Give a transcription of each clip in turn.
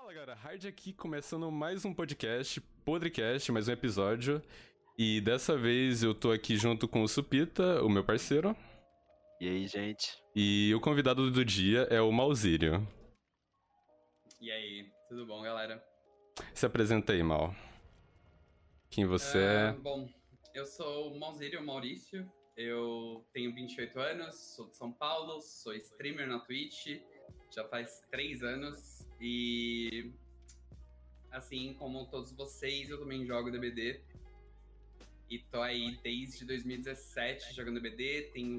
Fala galera, Hard aqui começando mais um Podcast, mais um episódio. E dessa vez eu tô aqui junto com o Supita, o meu parceiro. E aí, gente? E o convidado do dia é o Malzírio. E aí, tudo bom, galera? Se apresenta aí, Mal. Quem você é? Bom, eu sou o Malzírio Maurício, eu tenho 28 anos, sou de São Paulo, sou streamer na Twitch, já faz 3 anos, e assim como todos vocês, eu também jogo DBD. E tô aí desde 2017 jogando DBD, tenho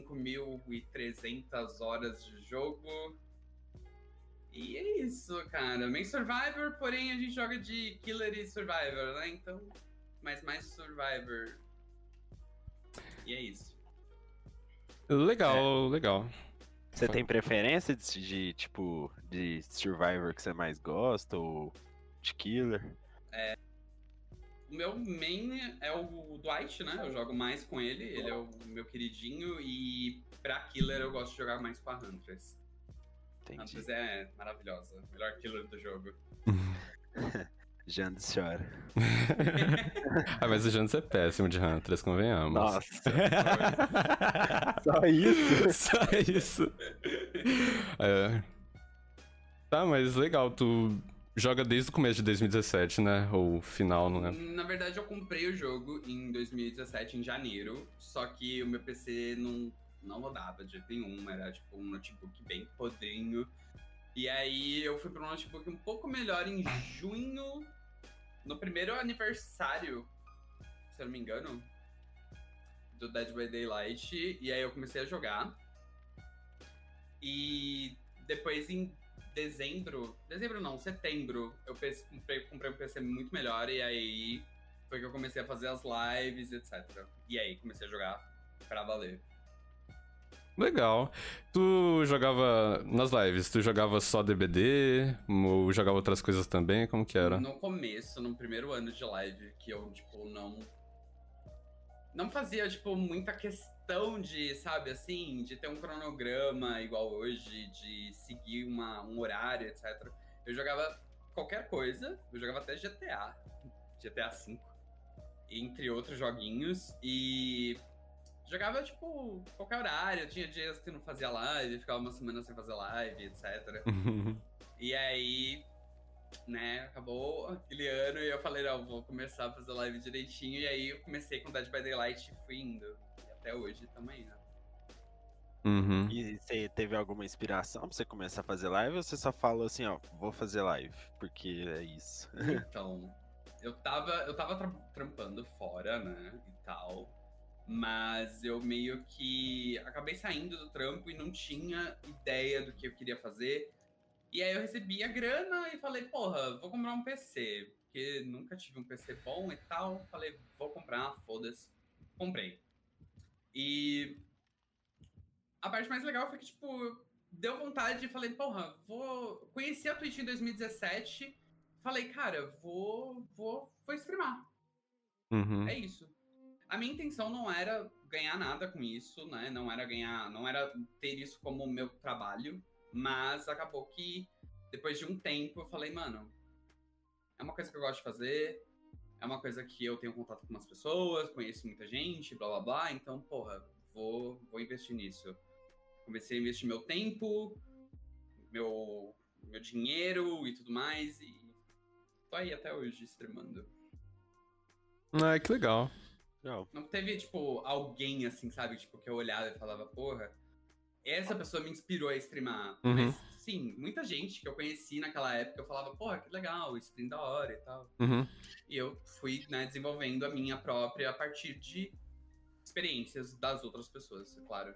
5.300 horas de jogo. E é isso, cara. Main Survivor, porém a gente joga de Killer e Survivor, né? Então, mas mais Survivor. E é isso. Legal. Você tem preferência de Survivor que você mais gosta ou de Killer? O meu main é o Dwight, né? Eu jogo mais com ele, ele é o meu queridinho. E pra Killer eu gosto de jogar mais com a Huntress. Entendi. Huntress é maravilhosa, melhor Killer do jogo. Jandes chora. Mas o Janus é péssimo de Huntress, convenhamos. Nossa. Só isso? Só isso. Tá, mas legal, tu joga desde o começo de 2017, né? Ou final, não lembro. Na verdade, eu comprei o jogo em 2017, em janeiro. Só que o meu PC não rodava de jeito nenhum. Era tipo um notebook bem podrinho. E aí eu fui para um notebook um pouco melhor em junho, no primeiro aniversário, se eu não me engano, do Dead by Daylight. E aí eu comecei a jogar. E depois em setembro, eu comprei um PC muito melhor. E aí foi que eu comecei a fazer as lives, etc. E aí comecei a jogar pra valer. Legal. Tu jogava nas lives, tu jogava só DBD ou jogava outras coisas também? Como que era? No começo, no primeiro ano de live, que eu, tipo, não fazia, tipo, muita questão de, sabe, assim, de ter um cronograma igual hoje, de seguir um horário, etc. Eu jogava qualquer coisa, eu jogava até GTA V, entre outros joguinhos, e jogava, tipo, qualquer horário. Tinha dias que não fazia live, ficava uma semana sem fazer live, etc. E aí, né, acabou aquele ano e eu falei, não, vou começar a fazer live direitinho. E aí eu comecei com Dead by Daylight e fui indo. E até hoje também, né? Uhum. E você teve alguma inspiração pra você começar a fazer live ou você só falou assim, ó, vou fazer live, porque é isso? Então, eu tava trampando fora, né, e tal. Mas eu meio que acabei saindo do trampo e não tinha ideia do que eu queria fazer. E aí eu recebi a grana e falei, porra, vou comprar um PC. Porque nunca tive um PC bom e tal. Falei, vou comprar, foda-se. Comprei. E a parte mais legal foi que, tipo, deu vontade e falei, porra, conheci a Twitch em 2017. Falei, cara, vou streamar. Uhum. É isso. A minha intenção não era ganhar nada com isso, né? Não era ter isso como meu trabalho, mas acabou que depois de um tempo eu falei, mano, é uma coisa que eu gosto de fazer, é uma coisa que eu tenho contato com umas pessoas, conheço muita gente, blá blá blá, então, porra, vou investir nisso. Comecei a investir meu tempo, meu dinheiro e tudo mais, e tô aí até hoje streamando. Ah, que legal. Não teve, tipo, alguém assim, sabe? Tipo, que eu olhava e falava, porra, essa pessoa me inspirou a streamar. Uhum. Mas, sim, muita gente que eu conheci naquela época, eu falava, porra, que legal, stream da hora e tal. Uhum. E eu fui, né, desenvolvendo a minha própria a partir de experiências das outras pessoas, é claro.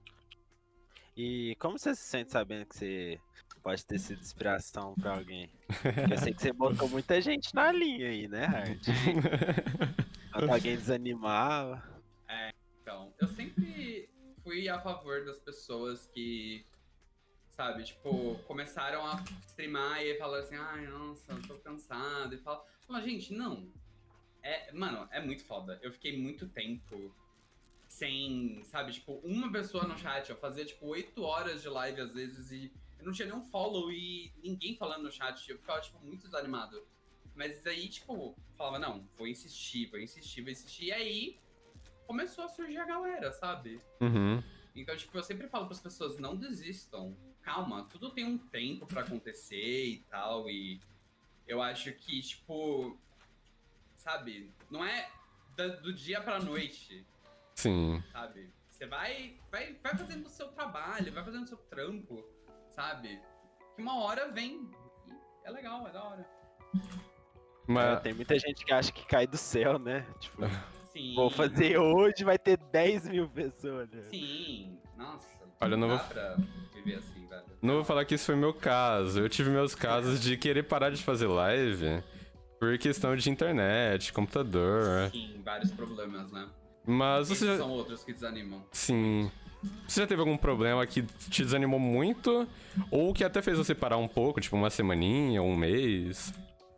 E como você se sente sabendo que você pode ter sido inspiração pra alguém? Porque eu sei que você botou muita gente na linha aí, né, Hard? Quando alguém desanimava. Então, eu sempre fui a favor das pessoas que, sabe, tipo, começaram a streamar e falaram assim, ai, nossa, eu tô cansado. E fala, gente, não. Mano, é muito foda. Eu fiquei muito tempo sem, sabe, tipo, uma pessoa no chat. Eu fazia, tipo, 8 horas de live às vezes e eu não tinha nenhum follow e ninguém falando no chat. Eu ficava, tipo, muito desanimado. Mas aí, tipo, falava, não, vou insistir. E aí, começou a surgir a galera, sabe? Uhum. Então, tipo, eu sempre falo pras pessoas, não desistam. Calma, tudo tem um tempo pra acontecer e tal. E eu acho que, tipo, sabe? Não é do dia pra noite, Sim. sabe? Você vai fazendo o seu trabalho, vai fazendo o seu trampo, sabe? Que uma hora vem. E é legal, é da hora. Mas... Tem muita gente que acha que cai do céu, né? Tipo, Sim. vou fazer hoje, vai ter 10 mil pessoas. Né? Sim, nossa. Olha, não dá vou... pra viver assim, velho. Não vou falar que isso foi meu caso. Eu tive meus casos de querer parar de fazer live por questão de internet, computador. Sim, vários problemas, né? Mas Esses você já... são outros que desanimam. Sim. Você já teve algum problema que te desanimou muito? Ou que até fez você parar um pouco, tipo uma semaninha, um mês?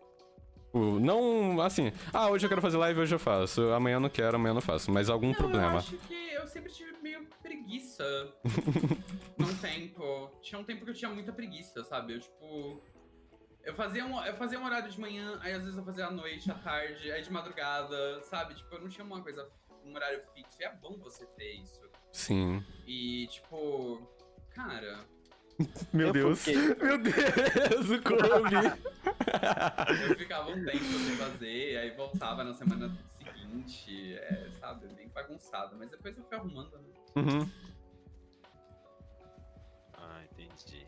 Não, assim, hoje eu quero fazer live, hoje eu faço. Amanhã eu não quero, amanhã eu não faço. Mas algum problema? Eu acho que eu sempre tive meio preguiça num tempo. Tinha um tempo que eu tinha muita preguiça, sabe? Eu, tipo... Eu fazia um horário de manhã, aí às vezes eu fazia à noite, à tarde, aí de madrugada, sabe? Tipo, eu não tinha um horário fixo. E é bom você ter isso. Sim. E, tipo... Cara... Meu Deus. Meu Deus, o Kobe. Eu ficava um tempo sem fazer, aí voltava na semana seguinte, sabe? Bem bagunçado. Mas depois eu fui arrumando, né? Uhum. Ah, entendi.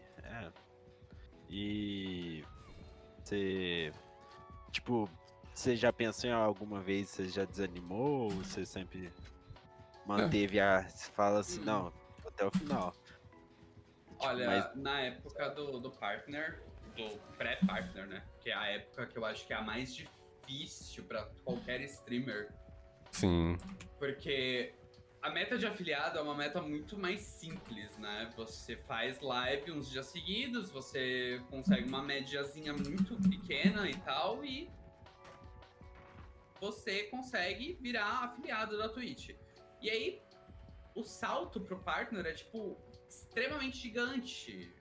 E... Você... Tipo, você já pensou em alguma vez, você já desanimou? Ou você sempre manteve Você fala assim, não, até o final. Olha, na época do partner, do pré-partner, né? Que é a época que eu acho que é a mais difícil pra qualquer streamer. Sim. Porque a meta de afiliado é uma meta muito mais simples, né? Você faz live uns dias seguidos, você consegue uma médiazinha muito pequena e tal, e você consegue virar afiliado da Twitch. E aí, o salto pro partner é, tipo, extremamente gigante.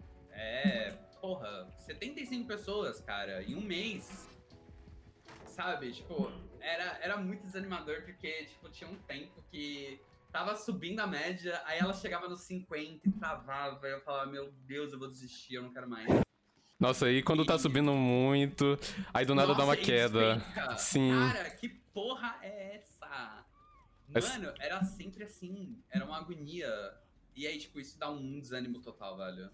75 pessoas, cara, em um mês. Sabe? Tipo, era muito desanimador porque, tipo, tinha um tempo que tava subindo a média, aí ela chegava nos 50 e travava, e eu falava, meu Deus, eu vou desistir, eu não quero mais. Nossa, aí quando tá subindo muito, aí do nada dá uma queda. Despenca. Sim. Cara, que porra é essa? Mano, era sempre assim, era uma agonia. E aí, tipo, isso dá um desânimo total, velho.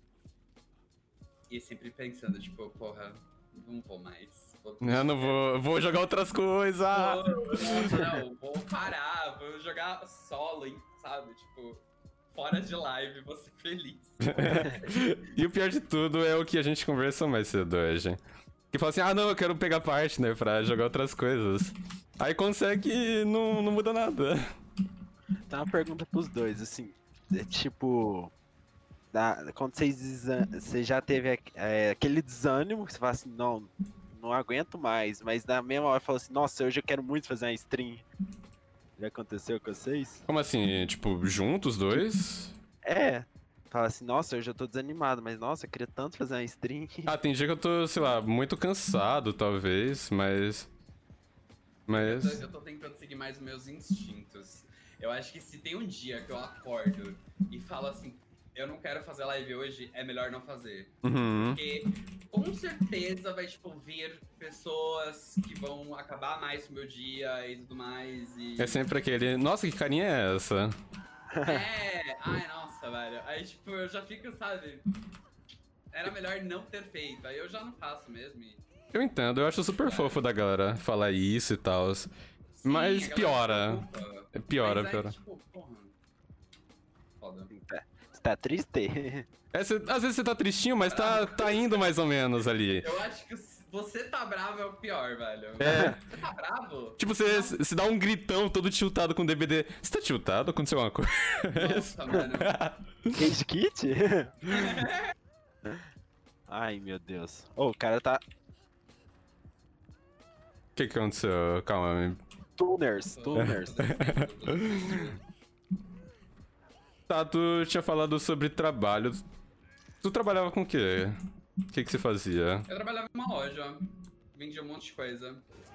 E sempre pensando, tipo, porra, não vou mais. Eu não vou jogar outras coisas. Vou parar, vou jogar solo, hein, sabe? Tipo, fora de live, vou ser feliz. E o pior de tudo é o que a gente conversou mais cedo hoje. Que fala assim, não, eu quero pegar partner pra jogar outras coisas. Aí consegue e não muda nada. Tem uma pergunta pros dois, assim, tipo... Quando você já teve aquele desânimo, que você fala assim, não aguento mais, mas na mesma hora fala assim, nossa, hoje eu quero muito fazer uma stream. Já aconteceu com vocês? Como assim? Tipo, juntos dois? Fala assim, nossa, hoje eu tô desanimado, mas nossa, eu queria tanto fazer uma stream. Tem dia que eu tô, sei lá, muito cansado, talvez, mas... Eu tô tentando seguir mais os meus instintos. Eu acho que se tem um dia que eu acordo e falo assim, eu não quero fazer live hoje, é melhor não fazer. Uhum. Porque com certeza vai, tipo, vir pessoas que vão acabar mais com o meu dia e tudo mais. E... É sempre aquele, nossa, que carinha é essa? Ai, nossa, velho. Aí, tipo, eu já fico, sabe, era melhor não ter feito. Aí eu já não faço mesmo. Eu entendo, eu acho super fofo da galera falar isso e tal. Mas piora. Piora. Tipo, porra. Foda. Você tá triste? Às vezes você tá tristinho, mas tá indo mais ou menos ali. Eu acho que você tá bravo é o pior, velho. Você tá bravo? Tipo, você dá um gritão todo tiltado com o DBD. Você tá tiltado? Aconteceu alguma coisa? Nossa, mano. Rage Kit? Ai, meu Deus. O cara tá... O que aconteceu? Calma. Tuners. Tá, tu tinha falado sobre trabalho. Tu trabalhava com o quê? O que você fazia? Eu trabalhava em uma loja, vendia um monte de coisa.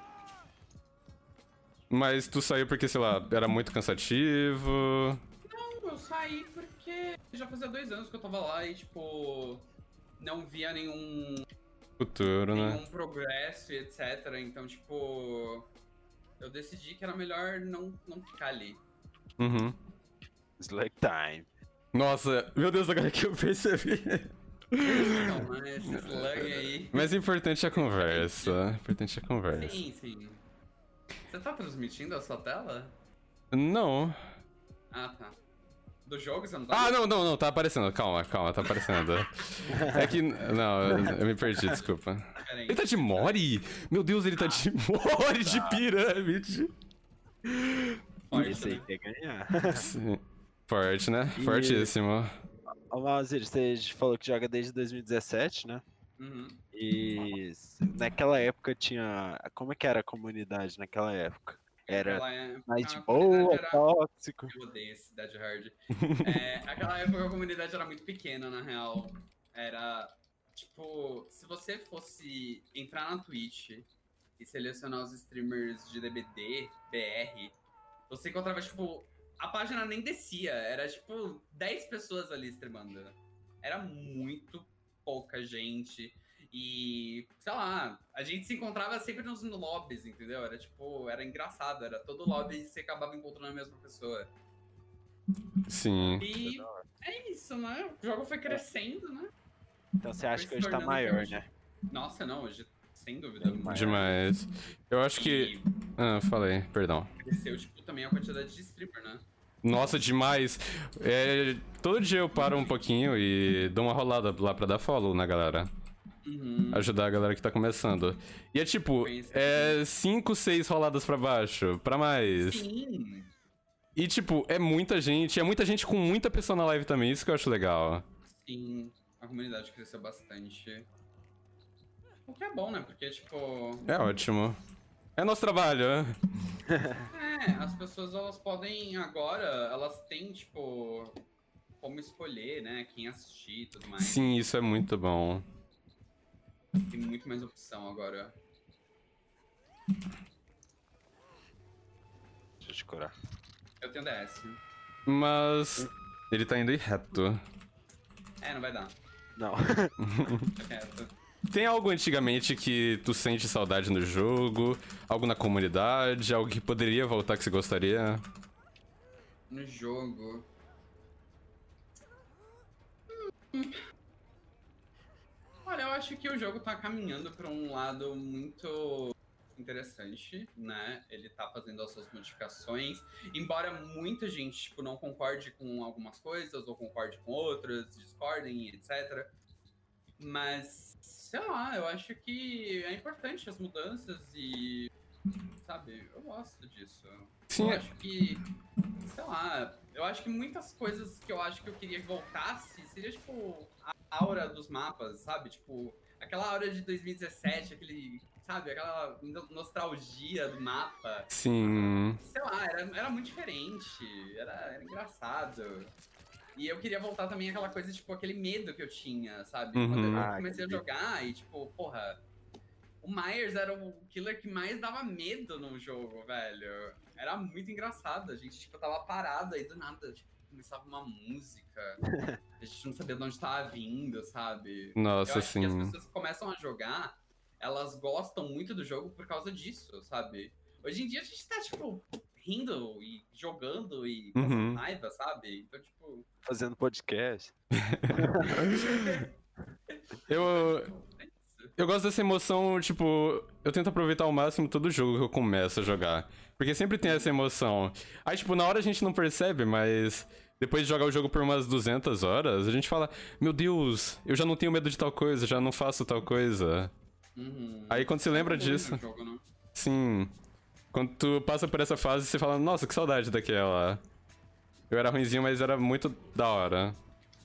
Mas tu saiu porque, sei lá, era muito cansativo? Não, eu saí porque já fazia 2 anos que eu tava lá e, tipo, não via nenhum Futuro, né? progresso e etc. Então, tipo, eu decidi que era melhor não ficar ali. Uhum. Slack time. Nossa, meu Deus, agora que eu percebi. Não, mas esse slug aí. Mas o importante é a conversa. O importante é a conversa. Sim, sim. Você tá transmitindo a sua tela? Não. Ah, tá. Do jogo você não tá? Ah, não, tá aparecendo. Calma, tá aparecendo. É que. Não, eu me perdi, desculpa. Pera aí. Ele tá de Mori? Meu Deus, ele tá de Mori de pirâmide. Forte, Esse aí né? quer ganhar. Sim. Forte, né? E- Fortíssimo. Ô, Malzir, você falou que joga desde 2017, né? Uhum. E naquela época tinha. Como é que era a comunidade naquela época? Era Aquela época, mais de a boa, comunidade era- tóxico. Eu odeio esse Dead Hard. Aquela época a comunidade era muito pequena, na real. Era, tipo, se você fosse entrar na Twitch e selecionar os streamers de DBD, BR, você encontrava, tipo, a página nem descia. Era, tipo, 10 pessoas ali streamando. Era muito pouca gente. E, sei lá, a gente se encontrava sempre nos lobbies, entendeu? Era tipo, era engraçado, era todo lobby e você acabava encontrando a mesma pessoa. Sim. E é isso, né? O jogo foi crescendo, né? Então você acha que hoje tá tornando maior, hoje. né? Nossa, não, hoje, sem dúvida. maior. Demais. Eu acho que. E Ah, falei, perdão. cresceu, tipo, também a quantidade de streamer, né? Nossa, demais. Todo dia eu paro um pouquinho e dou uma rolada lá pra dar follow na galera. Uhum. Ajudar a galera que tá começando. E é tipo, 5, 6 roladas pra baixo, pra mais. Sim. E tipo, é muita gente com muita pessoa na live também, isso que eu acho legal. Sim, a comunidade cresceu bastante. O que é bom, né? Porque, tipo, É ótimo. É nosso trabalho, né? as pessoas elas podem agora, elas têm, tipo, como escolher, né? Quem assistir e tudo mais. Sim, isso é muito bom. Tem muito mais opção agora. Deixa eu te curar. Eu tenho DS. Mas. Ele tá indo ir reto. Não vai dar. Não. Fica quieto. Tem algo antigamente que tu sente saudade no jogo? Algo na comunidade? Algo que poderia voltar que você gostaria? No jogo. Olha, eu acho que o jogo tá caminhando pra um lado muito interessante, né? Ele tá fazendo as suas modificações, embora muita gente, tipo, não concorde com algumas coisas ou concorde com outras, discordem, etc. Mas, sei lá, eu acho que é importante as mudanças e, sabe, eu gosto disso. Sim. Eu acho que, sei lá, eu acho que muitas coisas que eu acho que eu queria que voltasse seria, tipo, a aura dos mapas, sabe? Tipo, aquela aura de 2017, aquele, sabe, aquela nostalgia do mapa. Sim. Sei lá, era muito diferente, era engraçado. E eu queria voltar também àquela coisa, tipo, aquele medo que eu tinha, sabe? Uhum. Quando eu comecei a jogar e, tipo, porra, o Myers era o killer que mais dava medo no jogo, velho. Era muito engraçado. A gente, tipo, tava parado aí do nada, tipo, começava uma música. A gente não sabia de onde tava vindo, sabe? Nossa, eu acho que as sim. pessoas que começam a jogar, elas gostam muito do jogo por causa disso, sabe? Hoje em dia a gente tá, tipo, rindo e jogando e passando raiva, sabe? Então, tipo... Fazendo podcast. Eu gosto dessa emoção, tipo, eu tento aproveitar ao máximo todo jogo que eu começo a jogar. Porque sempre tem essa emoção. Aí, tipo, na hora a gente não percebe, mas depois de jogar o jogo por umas 200 horas, a gente fala, meu Deus, eu já não tenho medo de tal coisa, já não faço tal coisa. Aí quando você lembra disso... Jogo, né? Sim. Quando tu passa por essa fase, você fala, nossa, que saudade daquela. Eu era ruinzinho, mas era muito da hora.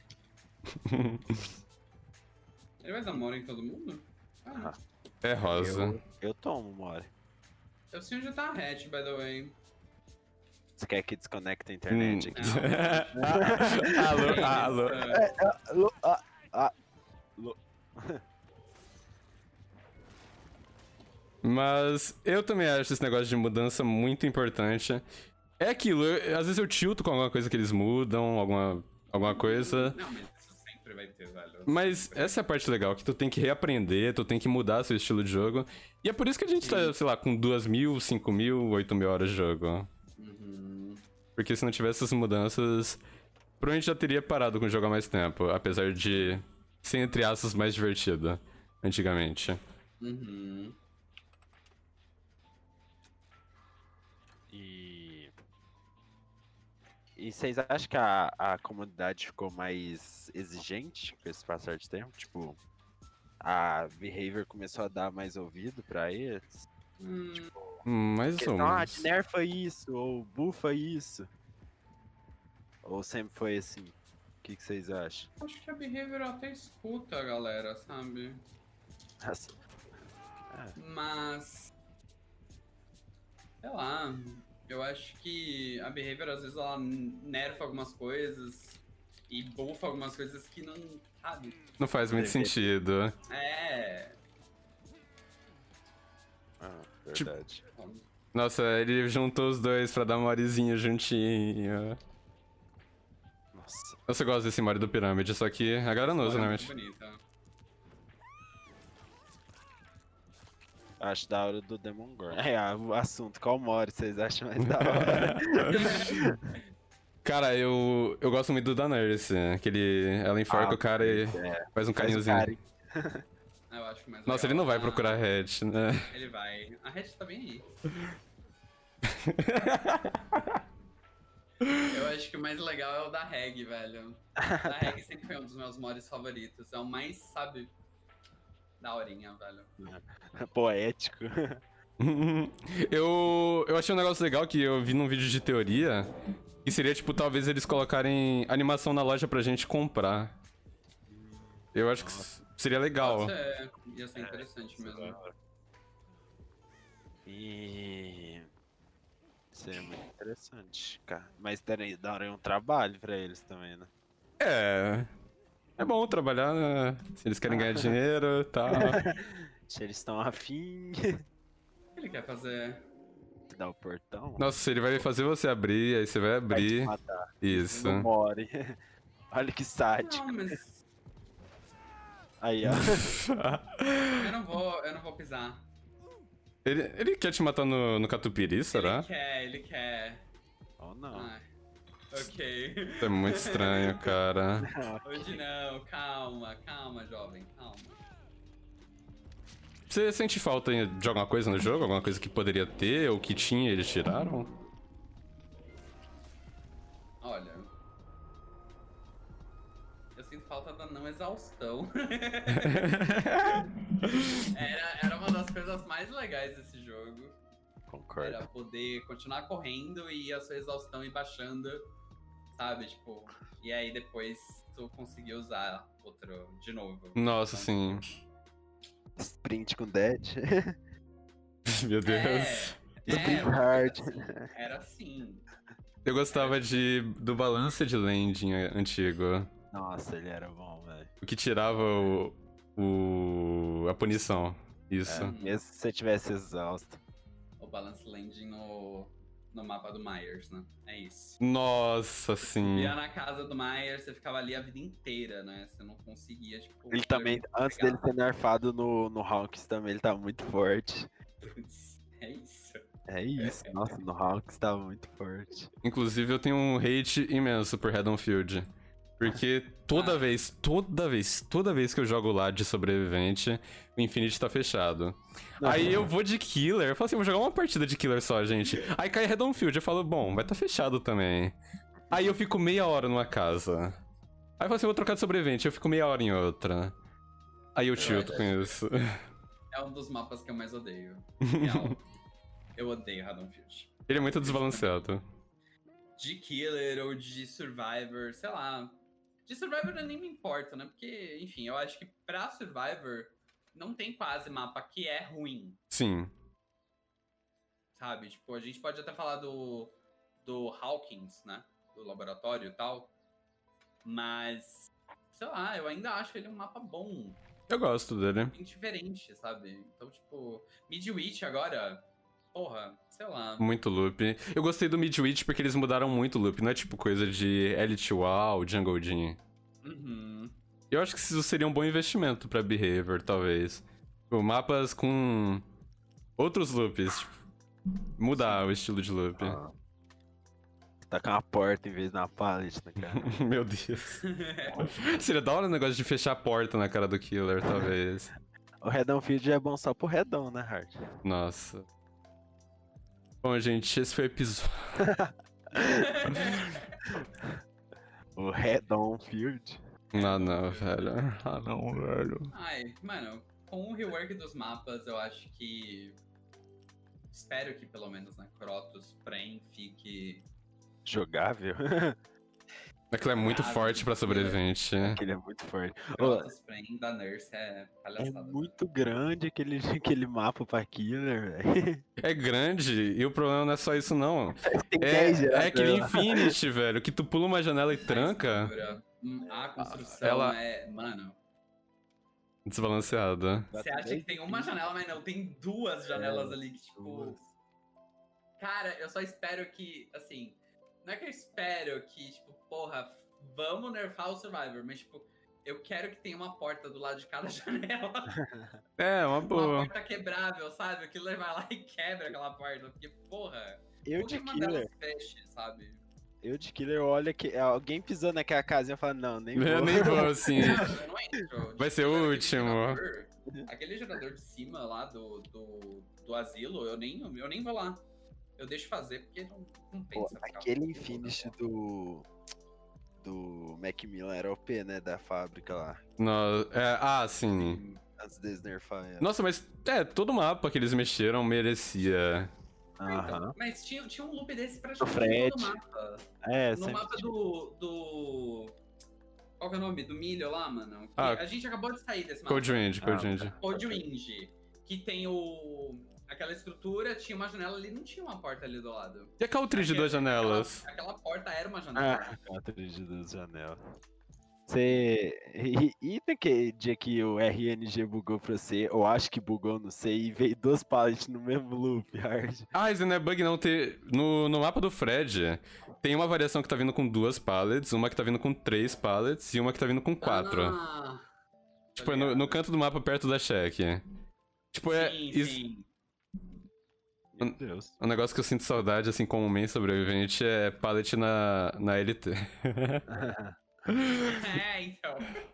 Ele vai dar mora em todo mundo? Ah, É rosa. Eu tomo, Mori. eu sei onde tá a hatch, by the way. Você quer que desconecte a internet aqui? Alô, alô. Isso. Mas eu também acho esse negócio de mudança muito importante. É aquilo, às vezes eu tilto com alguma coisa que eles mudam, alguma coisa. Não, mas isso sempre vai ter, velho. Mas essa é a parte legal, que tu tem que reaprender, tu tem que mudar seu estilo de jogo. E é por isso que a gente tá, sei lá, com 2.000, 5.000, 8.000 horas de jogo. Uhum. Porque se não tivesse essas mudanças, provavelmente já teria parado com jogar mais tempo. Apesar de ser, entre aspas, mais divertido antigamente. Uhum. E vocês acham que a comunidade ficou mais exigente com esse passar de tempo? Tipo, a Behavior começou a dar mais ouvido pra eles? Mais ou Questão, menos. de nerfa isso, ou buffa isso. Ou sempre foi assim? O que vocês acham? Acho que a Behavior até escuta a galera, sabe? Nossa, Mas. Sei lá. Eu acho que a Behavior às vezes ela nerfa algumas coisas e buffa algumas coisas que não. Sabe? Não faz muito sentido. É. verdade. Nossa, ele juntou os dois pra dar uma morezinha juntinho. Nossa. Eu gosto desse Mario do Pirâmide, só que a galera não usa, é né, muito mas... bonita. Acho da hora do Demogorgon. O assunto, qual Mori vocês acham mais da hora? Cara, eu gosto muito do Daenerys, que ela enforca o cara e faz um carinhozinho. Eu acho mais Nossa, legal ele não vai a- procurar Hatch, né? Ele vai. A Hatch tá bem aí. Eu acho que o mais legal é o da Reg, velho. O da Reg sempre foi um dos meus mods favoritos. É o mais, sabe, daorinha, velho. Poético. Eu achei um negócio legal que eu vi num vídeo de teoria, que seria, tipo, talvez eles colocarem animação na loja pra gente comprar. Eu acho que seria legal. Ia ser interessante mesmo. E... Isso é muito interessante, cara. Mas daria um trabalho pra eles também, né? É bom trabalhar, né? Se eles querem ganhar dinheiro e tal. Se eles estão afim O que ele quer fazer? de dar o portão, Nossa, ele vai fazer você abrir, aí você vai vai te abrir. matar. Isso. Não more. Olha que sádico. Não, mas Aí, ó. eu não vou pisar. Ele quer te matar no catupiry, será? Ele quer. Ou não. Ai, ok. Isso é muito estranho, cara. Hoje não, calma, jovem, calma. Você sente falta de alguma coisa no jogo? Alguma coisa que poderia ter ou que tinha e eles tiraram? Olha. Eu sinto falta da não exaustão. Era uma das coisas mais legais desse jogo. Concordo. Era poder continuar correndo e a sua exaustão ir baixando, sabe? Tipo, e aí depois tu conseguir usar outro de novo. Nossa, sim. Sprint com Dead. Meu Deus. Sprint uma hard. coisa assim, era assim. Eu gostava do balance de landing antigo. Nossa, ele era bom, velho. O que tirava a punição. Isso. Mesmo se você tivesse exausto. O balance landing no mapa do Myers, né? É isso. Nossa, sim. Ia na casa do Myers, você ficava ali a vida inteira, né? Você não conseguia, tipo... Ele também, antes dele ser nerfado no Hawks também, ele tava muito forte. Putz, é isso. É isso, nossa, no Hawks tava muito forte. Inclusive, eu tenho um hate imenso por Haddonfield. Porque toda vez que eu jogo lá de sobrevivente, o Infinity tá fechado. Aí eu vou de Killer, eu falo assim, vou jogar uma partida de Killer só, gente. Aí cai Haddonfield, eu falo, bom, vai tá fechado também. Aí eu fico meia hora numa casa. Aí eu falo assim, vou trocar de sobrevivente, eu fico meia hora em outra. Aí eu tilto com isso. É um dos mapas que eu mais odeio. Real. Eu odeio Haddonfield. Ele é muito desbalanceado. De Killer ou de Survivor, sei lá. De Survivor eu nem me importo, né? Porque, enfim, eu acho que pra Survivor não tem quase mapa que é ruim, Sim. sabe? Tipo, a gente pode até falar do Hawkins, né? Do laboratório e tal. Mas sei lá, eu ainda acho ele um mapa bom, Eu gosto dele. bem diferente, sabe? Então, tipo, Midwich agora, porra, sei lá. Muito loop. Eu gostei do Midwich porque eles mudaram muito o loop. Não é tipo coisa de Elite WoW, Jungle Gym. Uhum. Eu acho que isso seria um bom investimento pra Behavior, talvez. Tipo, mapas com outros loops. Tipo, mudar o estilo de loop. Tacar uma porta em vez de uma pallet, né, cara? Meu Deus. Seria da hora o negócio de fechar a porta na cara do killer, talvez. O Redão Field é bom só pro Redão, né, Hard? Nossa. Bom, gente, esse foi o episódio. O Redão Field. Ah, não, velho. Ah, não, velho. Ai, mano, com o rework dos mapas, eu acho que. Espero que pelo menos na Crotos Prem fique. Jogável. Aquilo é muito Ah, forte pra sobrevivente. Aquele é muito forte. Ô, Crotos Prem da Nurse é é palhaçada. muito grande aquele mapa pra killer, velho. É grande, e o problema não é só isso, não. Tem 10 É aquele lá. Infinity, velho, que tu pula uma janela e A tranca. estrutura, a construção Ela- é. Mano, Desbalanceada. você acha que tem uma janela, mas não, tem duas janelas ali que, tipo. duas. Cara, eu só espero que, assim. Não é que eu espero que, tipo, porra, vamos nerfar o Survivor, mas, tipo, eu quero que tenha uma porta do lado de cada janela. É, uma Uma boa. porta quebrável, sabe? O killer vai lá e quebra aquela porta. Porque, porra, Eu por que de uma delas killer, feche, sabe? olha que alguém pisou naquela casinha e fala, não, nem vou. Eu nem vou, assim. Não, eu não entro. Vai ser o Aquele último. gerador- Aquele gerador de cima lá do asilo, eu nem vou lá. Eu deixo fazer porque não Pô, pensa. ficar aquele puto, Infinity não. do Macmillan era OP, né, da fábrica lá. Sim. Antes deles nerfar ela. Nossa, mas todo mapa que eles mexeram merecia. Aham. Mas tinha um loop desse No praticamente Fred. todo mapa. É, No sempre mapa tinha. do. Qual que é o nome? Do milho lá, mano? Que Ah, a gente acabou de sair desse mapa. Code Wind, Code Wind. Code Wind. Que tem aquela estrutura, tinha uma janela ali, não tinha uma porta ali do lado. E a Caltridge de duas janelas? Aquela porta era uma janela. Ah, 4 das janelas. Você. E naquele dia que o RNG bugou pra você, eu acho que bugou, não sei, e veio 2 pallets no mesmo loop, hard. Ah, isso não é bug não. No mapa do Fred, tem uma variação que tá vindo com 2 pallets, uma que tá vindo com 3 pallets e uma que tá vindo com 4. Ah, Tipo, é no canto do mapa perto da check. Tipo, sim. Meu Deus. um negócio que eu sinto saudade, assim, como main sobrevivente, é pallet na LT. É, então.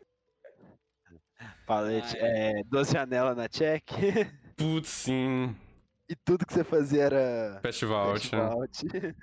Pallet, 2 janelas na check. Putz, sim. E tudo que você fazia era. Fast Vault. Vault.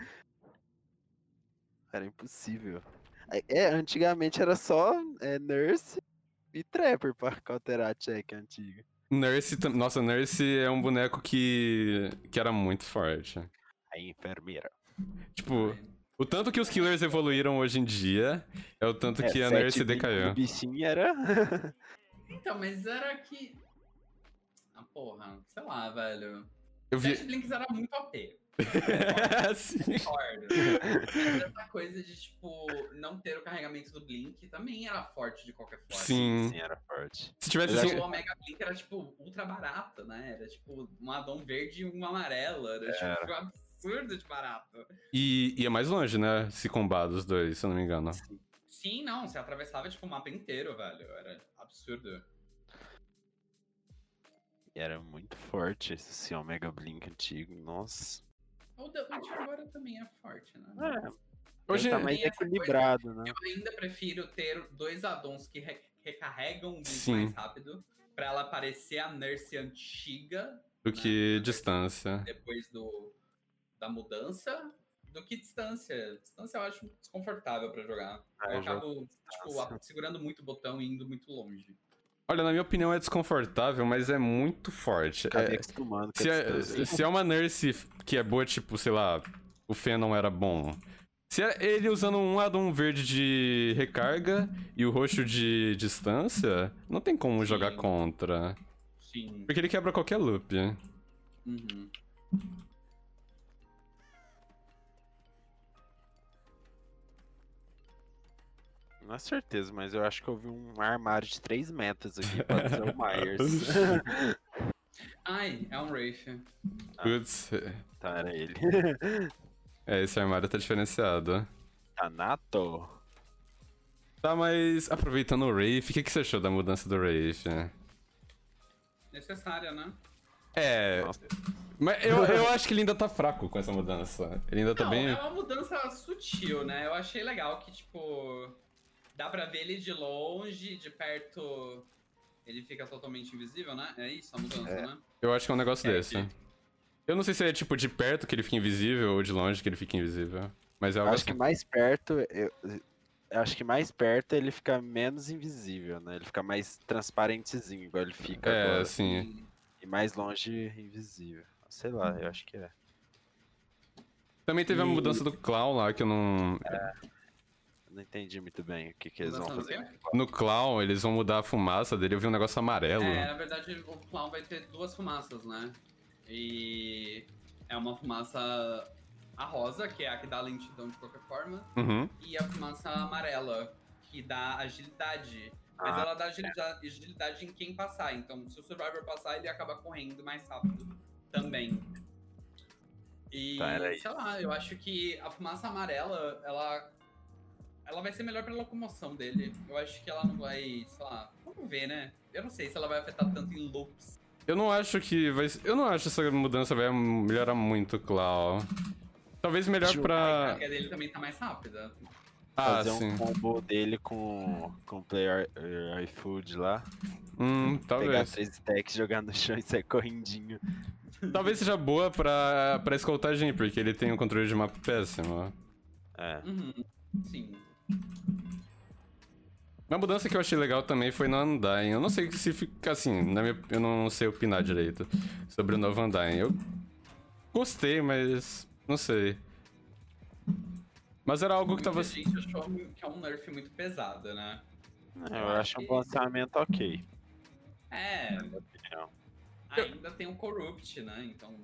Era impossível. Antigamente era só Nurse e Trapper pra cauterar a check antiga. Nossa, Nurse é um boneco que era muito forte. A enfermeira. Tipo, o tanto que os killers evoluíram hoje em dia é o tanto que a 7 Nurse decaiu. O bichinho era. Então, mas era que. Ah, porra, sei lá, velho. Eu vi. Sete Blinks era muito OP. Sim. Concordo. Mas essa coisa de, tipo, não ter o carregamento do Blink também era forte de qualquer forma. Sim. Sim, era forte. Se tivesse Mas assim. O Omega Blink era, tipo, ultra barato, né? Era, tipo, um addon verde e um amarelo. Era, tipo, um absurdo de barato. E ia mais longe, né? Se combado os dois, se eu não me engano. Sim, não. Você atravessava, tipo, o mapa inteiro, velho. Era absurdo. E era muito forte esse Omega Blink antigo. Nossa. O de agora também é forte, né? Hoje Tá mais tem essa equilibrado, né? Eu ainda prefiro ter 2 addons que recarregam o Blink Sim. mais rápido. Pra ela parecer a Nurse antiga. do né, que na distância. depois da mudança do que distância. Distância eu acho desconfortável pra jogar. Eu eu acabo tipo, segurando muito o botão e indo muito longe. Olha, na minha opinião é desconfortável, mas é muito forte. Acabei acostumando com Se a é, distância. se é uma Nurse que é boa, tipo, sei lá, o Phenom era bom. Se é ele usando um addon verde de recarga e o roxo de distância, não tem como Sim. jogar contra. Sim. Porque ele quebra qualquer loop. Uhum. Não é certeza, mas eu acho que eu vi um armário de 3 metros aqui, pode ser o Myers. Ai, é um Wraith. Putz, Tá, era ele. esse armário tá diferenciado. Thanato? Tá, mas aproveitando o Wraith, o que você achou da mudança do Wraith? Necessária, né? Mas eu acho que ele ainda tá fraco com essa mudança. Ele ainda tá Não, bem... é uma mudança sutil, né? Eu achei legal que, tipo, dá pra ver ele de longe, de perto ele fica totalmente invisível, né? É isso a mudança, né? Eu acho que é um negócio desse. Eu não sei se é tipo de perto que ele fica invisível ou de longe que ele fica invisível. Mas é algo Acho que assim. mais perto, eu acho que mais perto ele fica menos invisível, né? Ele fica mais transparentezinho, igual ele fica agora. Sim. E mais longe, invisível. Sei lá, eu acho que é. Também teve a mudança do Clown lá, que eu não... Não entendi muito bem o que eles vão Mudança do fazer. quê? No Clown, eles vão mudar a fumaça dele. Eu vi um negócio amarelo. Na verdade, o clown vai ter 2 fumaças, né? E é uma fumaça a rosa, que é a que dá lentidão de qualquer forma, Uhum. e a fumaça amarela, que dá agilidade. Mas ela dá agilidade em quem passar. Então, se o Survivor passar, ele acaba correndo mais rápido também. E, sei lá, eu acho que a fumaça amarela, ela vai ser melhor pra locomoção dele. Eu acho que ela não vai, sei lá, vamos ver, né? Eu não sei se ela vai afetar tanto em loops. Eu não acho que vai... Eu não acho que essa mudança vai melhorar muito o Clown. Talvez melhor pra... A queda dele também tá mais rápida. Fazer sim. um combo dele com o Player iFood lá. Pegar Talvez. 3 stacks, jogar no chão e sair correndinho. Talvez seja boa pra escoltagem, porque ele tem um controle de mapa péssimo. Uhum, sim. Uma mudança que eu achei legal também foi no Undying. Eu não sei se fica assim, eu não sei opinar direito sobre o novo Undying. Eu gostei, mas não sei. Mas era algo que tava... Muita gente achou que é um nerf muito pesado, né? Eu acho um lançamento ok. É, Na minha opinião. ainda tem o Corrupt, né? Então.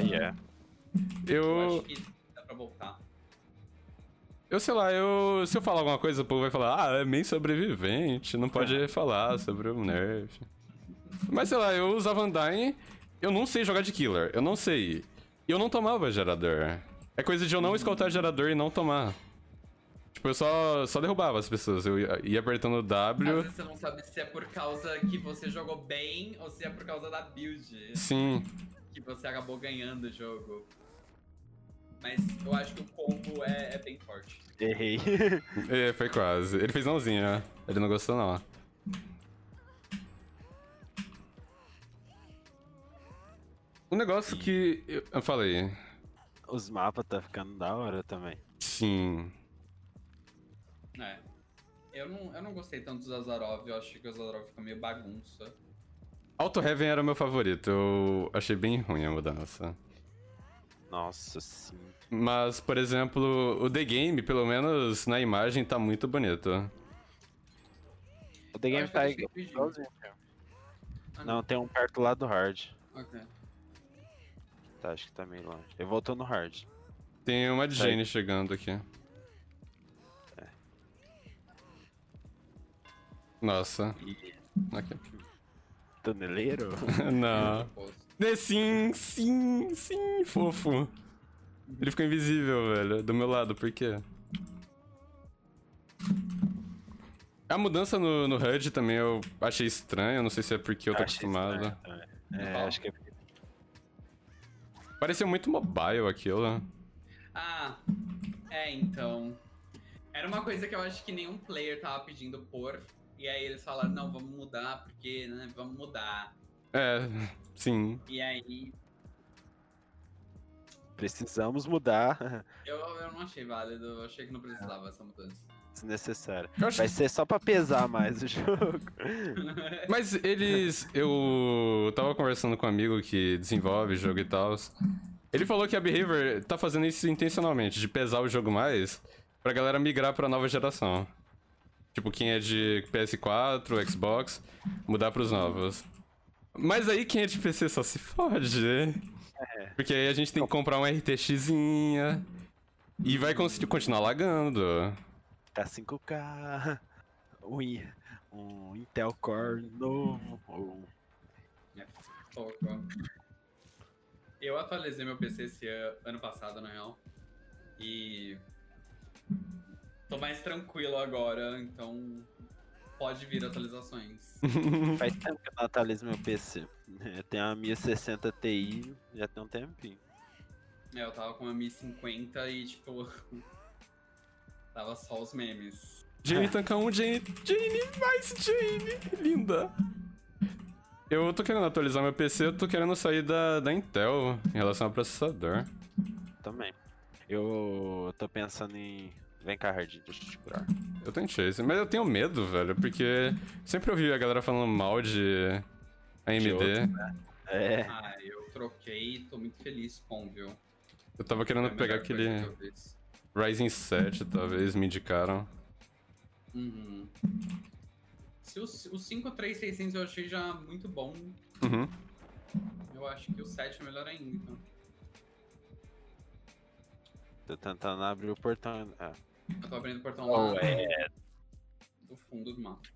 Eu acho que dá pra voltar. Eu sei lá, se eu falar alguma coisa, o povo vai falar, é meio sobrevivente, não pode falar sobre o nerf. Mas sei lá, eu usava Undying, eu não sei jogar de killer, eu não sei. E eu não tomava gerador. É coisa de eu não escoltar gerador e não tomar. Tipo, eu só derrubava as pessoas, eu ia apertando o Às W. vezes você não sabe se é por causa que você jogou bem ou se é por causa da build Sim. que você acabou ganhando o jogo. Mas eu acho que o combo é bem forte. Errei. Foi quase. Ele fez nãozinho, né? Ele não gostou, não. Um negócio que eu falei. Os mapas tá ficando da hora também. Sim. Eu não gostei tanto dos Azarov, eu acho que o Azarov fica meio bagunça. Auto Heaven era o meu favorito, eu achei bem ruim a mudança. Nossa, sim. Mas, por exemplo, o The Game, pelo menos na imagem, tá muito bonito. O The Game tá igualzinho. Não, tem um perto lá do hard. Ok. Tá, acho que tá meio longe. Eu voltou no hard. Tem uma Jane chegando aqui. Nossa. Aqui. Tuneleiro? Não. Sim, fofo. Ele ficou invisível, velho, do meu lado, por quê? A mudança no HUD também eu achei estranho, não sei se é porque eu tô acostumado. Acho que é porque... Parecia muito mobile aquilo. Então. Era uma coisa que eu acho que nenhum player tava pedindo por. E aí eles falaram, não, vamos mudar, porque, né, vamos mudar. Sim. E aí... Precisamos mudar. Eu não achei válido, eu achei que não precisava essa mudança. Desnecessário. Vai ser só pra pesar mais o jogo. Mas eu tava conversando com um amigo que desenvolve jogo e tal. Ele falou que a Behavior tá fazendo isso intencionalmente, de pesar o jogo mais, pra galera migrar pra nova geração. Tipo, quem é de PS4, Xbox, mudar pros novos. Mas aí quem é de PC só se fode. Porque aí a gente tem que comprar uma RTXinha. E vai continuar lagando. Tá 5K. um Intel Core novo. Ou... É fogo. Eu atualizei meu PC esse ano passado, na real. E tô mais tranquilo agora, então pode vir atualizações. Faz tempo que eu não atualizo meu PC. Eu tenho uma 1060 Ti, já tem um tempinho. Eu tava com uma 1050 e, tipo, tava só os memes. Jane tanca 1, Jane, mais Jane, linda. Eu tô querendo atualizar meu PC, eu tô querendo sair da Intel em relação ao processador. Também. Eu tô pensando em... Vem cá, Hard, deixa eu te curar. Eu tenho Chase, mas eu tenho medo, velho, porque sempre ouvi a galera falando mal de AMD. outro, né? É, Ah, eu troquei e tô muito feliz com, viu? Eu tava Foi querendo a pegar melhor coisa que aquele eu fiz. Ryzen 7, talvez, me indicaram. Uhum. Se o 53600 eu achei já muito bom, Uhum. eu acho que o 7 é melhor ainda, então. tô tentando abrir o portão. Ah. Eu tô abrindo o portão Oh, lá é. do fundo do mapa.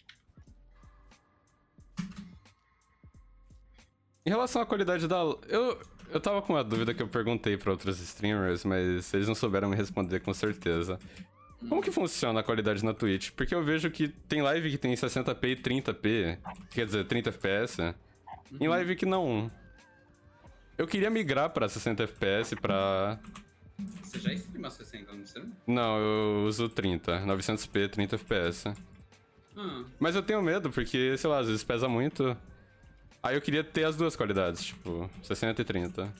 Em relação à qualidade da... Eu tava com uma dúvida que eu perguntei pra outros streamers, mas eles não souberam me responder com certeza. Como que funciona a qualidade na Twitch? Porque eu vejo que tem live que tem 60p e 30p, quer dizer, 30 FPS, em live que não. Eu queria migrar pra 60 FPS pra... Você já streama 60, não sei? Não, eu uso 30, 900p, 30 FPS. Mas eu tenho medo, porque, sei lá, às vezes pesa muito. Aí eu queria ter as duas qualidades, tipo, 60 e 30.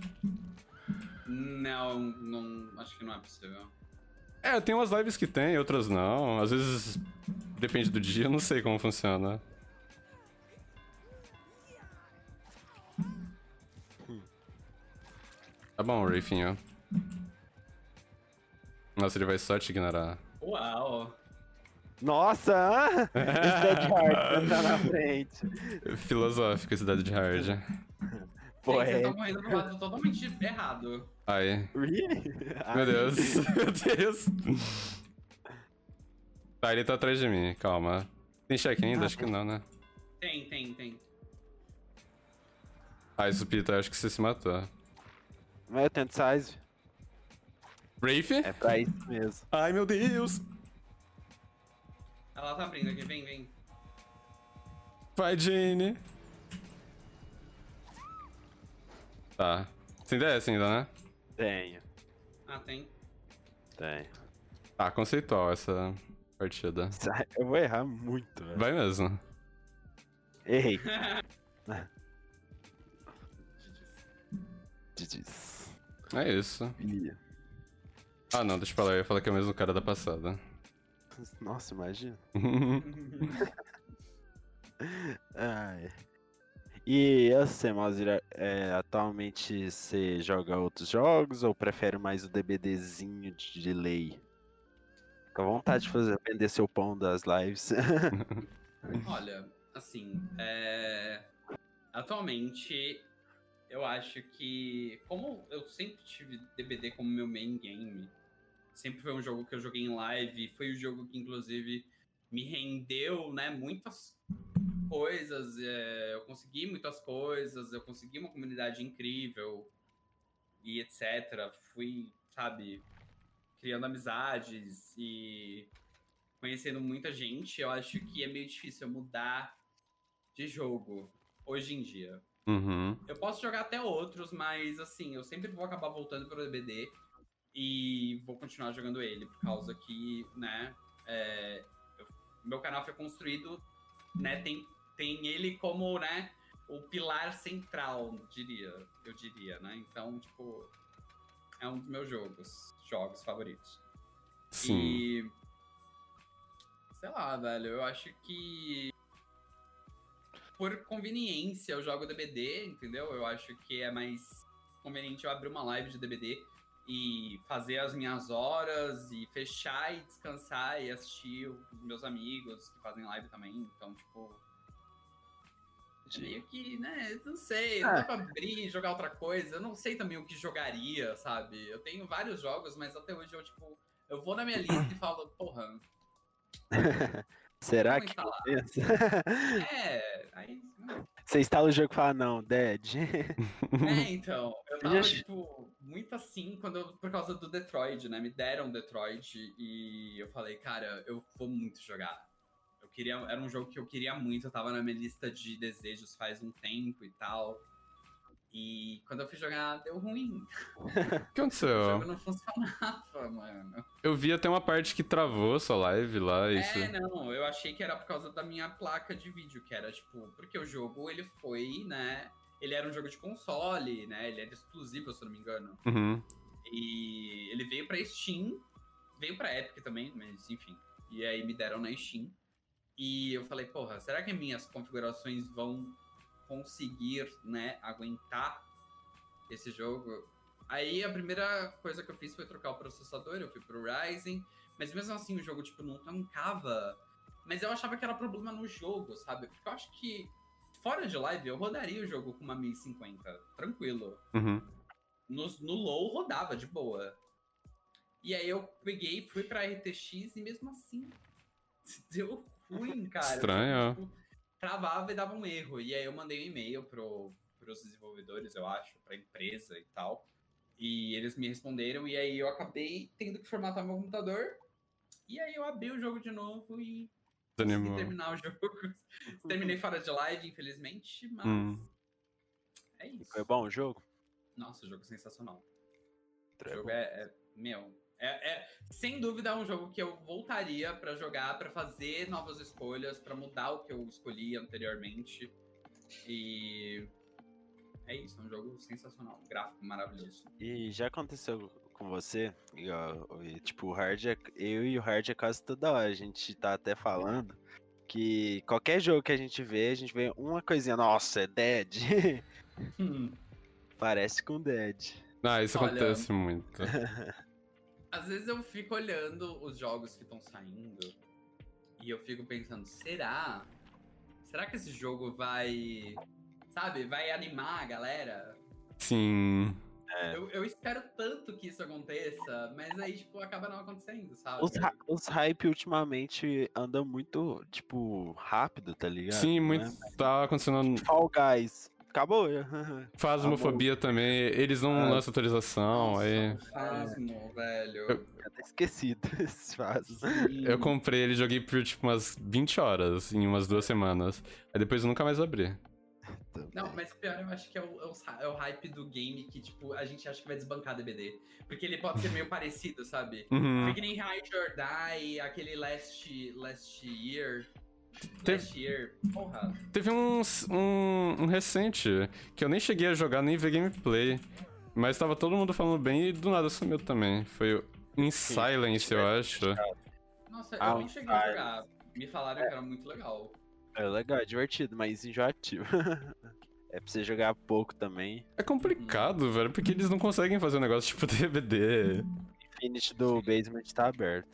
Não, acho que não é possível. É, tem umas lives que tem, outras não. Às vezes depende do dia, eu não sei como funciona. Tá bom, Rafinho. Nossa, ele vai só te ignorar. Uau! Nossa! Esse Dead Hard tá na frente. Filosófico esse dado de hard. Pô, Gente, vocês é. estão correndo do lado totalmente errado. Ai, Really? meu Deus, meu Deus. Tá, ele tá atrás de mim, calma. Tem check ainda? Acho que não, né? Tem. Ai, Supita, acho que você se matou. Mas eu tento size. Rafe? É pra isso mesmo. Ai, meu Deus. Ela tá abrindo aqui, vem. Vai, Jane. Tá. Sem DS ainda, né? Tenho. Ah, tem. Tenho. Ah, conceitual essa partida. Eu vou errar muito, velho. Vai mesmo. Errei. GG's. É isso. Ih. Ah, não, deixa eu falar. Eu ia falar que é o mesmo cara da passada. Nossa, imagina. Ai. E você, Mozira, atualmente você joga outros jogos ou prefere mais o DBDzinho de lei? Com vontade de vender seu pão das lives. Olha, assim, atualmente eu acho que, como eu sempre tive DBD como meu main game, sempre foi um jogo que eu joguei em live, foi o jogo que inclusive me rendeu, né, muitas coisas, eu consegui muitas coisas, eu consegui uma comunidade incrível e etc. Fui, sabe, criando amizades e conhecendo muita gente. Eu acho que é meio difícil eu mudar de jogo hoje em dia. Uhum. Eu posso jogar até outros, mas assim, eu sempre vou acabar voltando pro DBD e vou continuar jogando ele, por causa que, né, meu canal foi construído, né, tem ele como, né, o pilar central, eu diria, né, então, tipo, é um dos meus jogos favoritos. Sim. E, sei lá, velho, eu acho que por conveniência eu jogo DBD, entendeu? Eu acho que é mais conveniente eu abrir uma live de DBD e fazer as minhas horas e fechar e descansar e assistir os meus amigos que fazem live também. Então, tipo, meio que, né, não sei, não dá pra abrir e jogar outra coisa. Eu não sei também o que jogaria, sabe? Eu tenho vários jogos, mas até hoje eu, tipo, eu vou na minha lista e falo, porra. Será Vamos que instalar. compensa? Aí. Você instala o jogo e fala, não, Dead. Então, eu tava, tipo, muito assim por causa do Detroit, né? Me deram Detroit e eu falei, cara, eu vou muito jogar. Era um jogo que eu queria muito, eu tava na minha lista de desejos faz um tempo e tal. E quando eu fui jogar, deu ruim. O que O aconteceu? jogo não funcionava, mano. Eu vi até uma parte que travou sua live lá, isso. Não, eu achei que era por causa da minha placa de vídeo, que era, tipo, porque o jogo, ele foi, né, ele era um jogo de console, né, ele era exclusivo, se eu não me engano. Uhum. E ele veio pra Steam, veio pra Epic também, mas enfim. E aí me deram na Steam. E eu falei, porra, será que minhas configurações vão conseguir, né, aguentar esse jogo? Aí a primeira coisa que eu fiz foi trocar o processador, eu fui pro Ryzen, mas mesmo assim o jogo, tipo, não tancava. Mas eu achava que era problema no jogo, sabe? Porque eu acho que fora de live eu rodaria o jogo com uma 1050, tranquilo. Uhum. No low rodava de boa. E aí eu peguei, fui pra RTX e mesmo assim deu ruim, cara. Estranho. Tipo, travava e dava um erro. E aí eu mandei um e-mail pros desenvolvedores, eu acho, pra empresa e tal. E eles me responderam, e aí eu acabei tendo que formatar meu computador. E aí eu abri o jogo de novo e consegui terminar o jogo. Terminei fora de live, infelizmente, mas é isso. Foi bom o jogo? Nossa, o jogo é sensacional. O jogo sem dúvida é um jogo que eu voltaria pra jogar, pra fazer novas escolhas, pra mudar o que eu escolhi anteriormente. E é isso, é um jogo sensacional, um gráfico maravilhoso. E já aconteceu com você? Tipo, o Hard, eu e o Hard é quase toda hora. A gente tá até falando que qualquer jogo que a gente vê uma coisinha. Nossa, é Dead. Parece com Dead. Ah, isso acontece muito. Às vezes eu fico olhando os jogos que estão saindo e eu fico pensando, será que esse jogo vai, sabe, vai animar a galera? Sim. Eu espero tanto que isso aconteça, mas aí, tipo, acaba não acontecendo, sabe? Os hype ultimamente andam muito, tipo, rápido, tá ligado? Sim, muito. Tá acontecendo. Fall Guys. Acabou. Phasmophobia também. Eles não lançam atualização. Nossa, aí. Phasmo, velho. Eu até esquecido esses Phasmos. Eu comprei ele, joguei por tipo umas 20 horas em umas 2 semanas. Aí depois eu nunca mais abri. Não, mas pior eu acho que é o hype do game que, tipo, a gente acha que vai desbancar DBD. Porque ele pode ser meio parecido, sabe? Uhum. Foi que nem Ride or Die, aquele Last Year. Porra. Teve um recente que eu nem cheguei a jogar, nem ver gameplay. Mas tava todo mundo falando bem e do nada sumiu também. Foi o In Silence, eu acho. Nossa, eu não cheguei a jogar. Me falaram que era muito legal. É legal, é divertido, mas enjoativo. É pra você jogar pouco também. É complicado, velho, porque eles não conseguem fazer um negócio tipo DVD. Infinity do Basement tá aberto.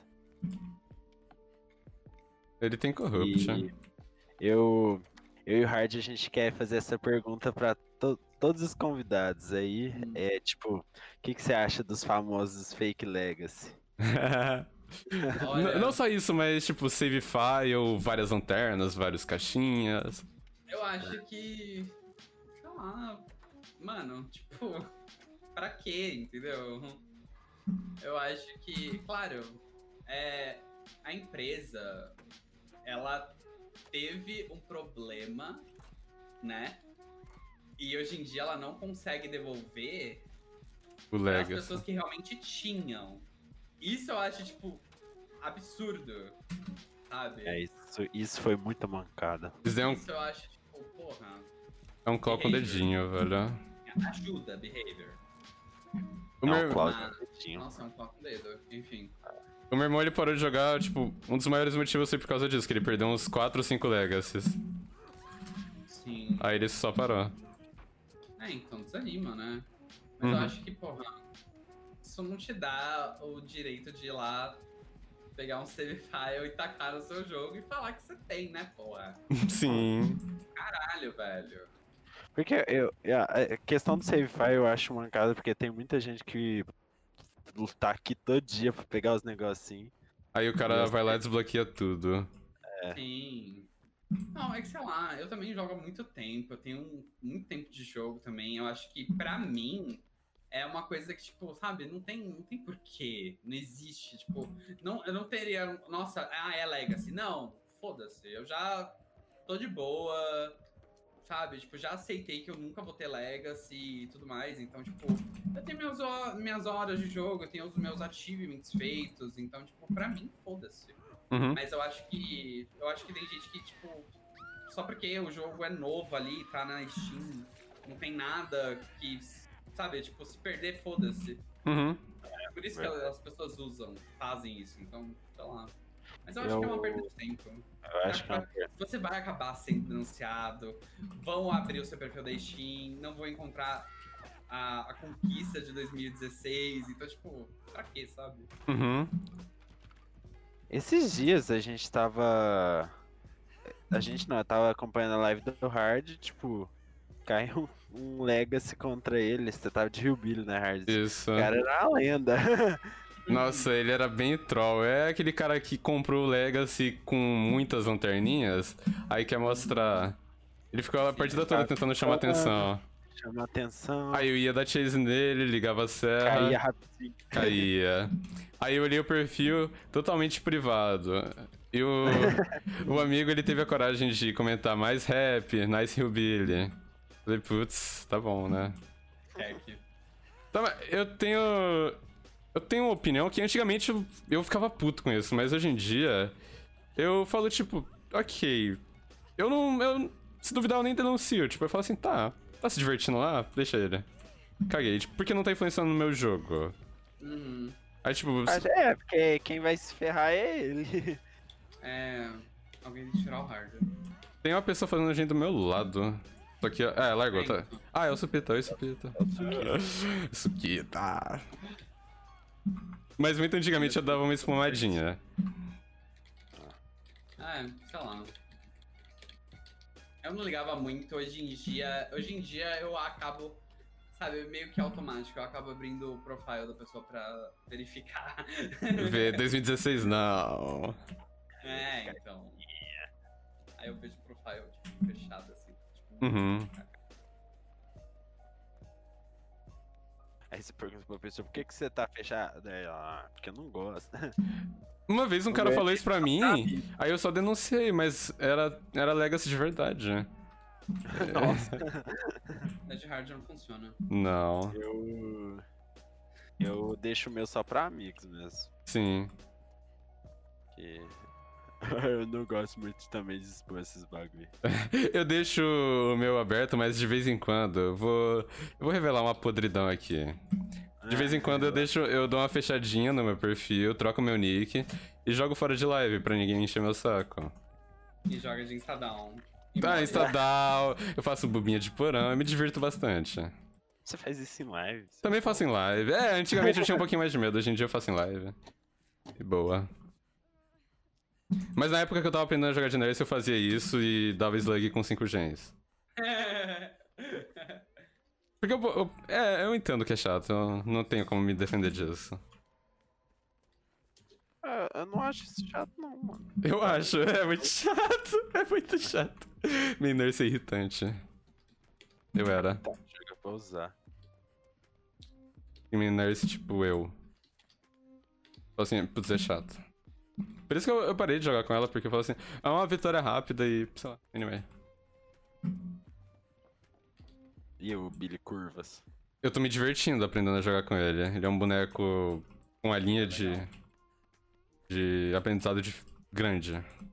Ele tem Corrupt. E eu e o Hard, a gente quer fazer essa pergunta pra todos os convidados aí. É tipo, o que você acha dos famosos fake legacy? Olha, Não só isso, mas tipo, save file, várias lanternas, vários caixinhas. eu acho que. Sei lá. Mano, tipo. Pra quê, entendeu? Eu acho que, claro, a empresa, ela teve um problema, né? E hoje em dia ela não consegue devolver O as Legacy. pessoas que realmente tinham. Isso eu acho, tipo, absurdo, sabe? Isso foi muita mancada. Isso Isso eu acho, tipo, porra, é um call com o dedinho, velho. ajuda, behavior. O meu, Nossa, é um call com o dedo, enfim. o meu irmão, ele parou de jogar, tipo, um dos maiores motivos foi por causa disso, que ele perdeu uns 4 ou 5 Legacies. Sim. Aí ele só parou. Então desanima, né? Mas eu acho que, porra, isso não te dá o direito de ir lá pegar um save file e tacar no seu jogo e falar que você tem, né, porra? Sim. Caralho, velho. Porque a questão do save file eu acho mancada, porque tem muita gente que tá aqui todo dia pra pegar os negocinhos. Aí o cara vai lá e desbloqueia tudo. Sim. Não, é que sei lá, eu também jogo há muito tempo, eu tenho muito tempo de jogo também. Eu acho que pra mim é uma coisa que, tipo, sabe, não tem porquê, não existe, tipo, não, eu não teria, nossa, é Legacy. Não, foda-se, eu já tô de boa, sabe? Tipo, já aceitei que eu nunca vou ter Legacy e tudo mais, então, tipo, eu tenho minhas horas de jogo, eu tenho os meus achievements feitos, então, tipo, pra mim, foda-se. Uhum. Mas eu acho que tem gente que, tipo, só porque o jogo é novo ali, tá na Steam, não tem nada que, sabe, tipo, se perder, foda-se. Uhum. É por isso que as pessoas fazem isso, então, sei lá. Mas eu acho que é uma perda de tempo. Eu acho que é uma perda. Você vai acabar sendo denunciado, vão abrir o seu perfil da Steam, não vão encontrar a conquista de 2016, então, tipo, pra quê, sabe? Uhum. Esses dias a gente tava. Eu tava acompanhando a live do Hard, tipo, caiu um Legacy contra ele. Você tava de Hillbilly, né, Hard? Isso. O cara era uma lenda. Nossa, ele era bem troll. É aquele cara que comprou o Legacy com muitas lanterninhas, aí quer mostrar. Ele ficou a partida toda tentando chamar atenção. Chama atenção. Aí eu ia dar chase nele, ligava a serra. Caía rapidinho. Caía. Aí eu olhei o perfil totalmente privado. E o amigo, ele teve a coragem de comentar mais rap, nice hillbilly. Falei, putz, tá bom, né? Tá, mas eu tenho uma opinião que antigamente eu ficava puto com isso, mas hoje em dia eu falo, tipo, ok. Se duvidar, eu nem denuncio. Tipo, eu falo assim, tá se divertindo lá? Deixa ele. Caguei, tipo, porque não tá influenciando no meu jogo. Uhum. Aí, tipo. Mas porque quem vai se ferrar é ele. Alguém tem que tirar o hard. Tem uma pessoa fazendo a gente do meu lado. Só que. Largou, tá? Ah, é o Supita, oi, Supita. Suquita. Mas muito antigamente eu dava uma espumadinha. Sei lá. Eu não ligava muito, hoje em dia eu acabo, sabe, meio que automático, eu acabo abrindo o profile da pessoa pra verificar. Vê, 2016 não. Então. Aí eu vejo o profile, tipo, fechado, assim. Tipo, Uhum. Aí você pergunta pra pessoa, por que você tá fechado? Porque eu não gosto. Uma vez um cara falou isso pra mim, aí eu só denunciei, mas era Legacy de verdade. Nossa. Dead Hard não funciona. Não. Eu deixo o meu só pra amigos mesmo. Sim. Que... eu não gosto muito também de expor esses bagulho. Eu deixo o meu aberto, mas de vez em quando eu vou revelar uma podridão aqui. De vez em quando eu dou uma fechadinha no meu perfil, troco meu nick e jogo fora de live pra ninguém encher meu saco. E joga de Instadown. Tá, Instadown, eu faço bobinha de porão, eu me divirto bastante. Você faz isso em live? Também faço em live. Antigamente eu tinha um pouquinho mais de medo, hoje em dia eu faço em live. E boa. Mas na época que eu tava aprendendo a jogar de Nurse, eu fazia isso e dava slug com 5 gens. Porque eu entendo que é chato, eu não tenho como me defender disso. Eu não acho isso chato, não, mano. Eu acho, é muito chato, é muito chato. Meio Nurse é irritante. Eu era. Chega pra usar. E meio Nurse, tipo, eu. Assim, putz, é chato. Por isso que eu parei de jogar com ela, porque eu falo assim, é uma vitória rápida e, sei lá, anyway. E o Billy Curvas? Eu tô me divertindo aprendendo a jogar com ele. Ele é um boneco com a linha de aprendizado grande.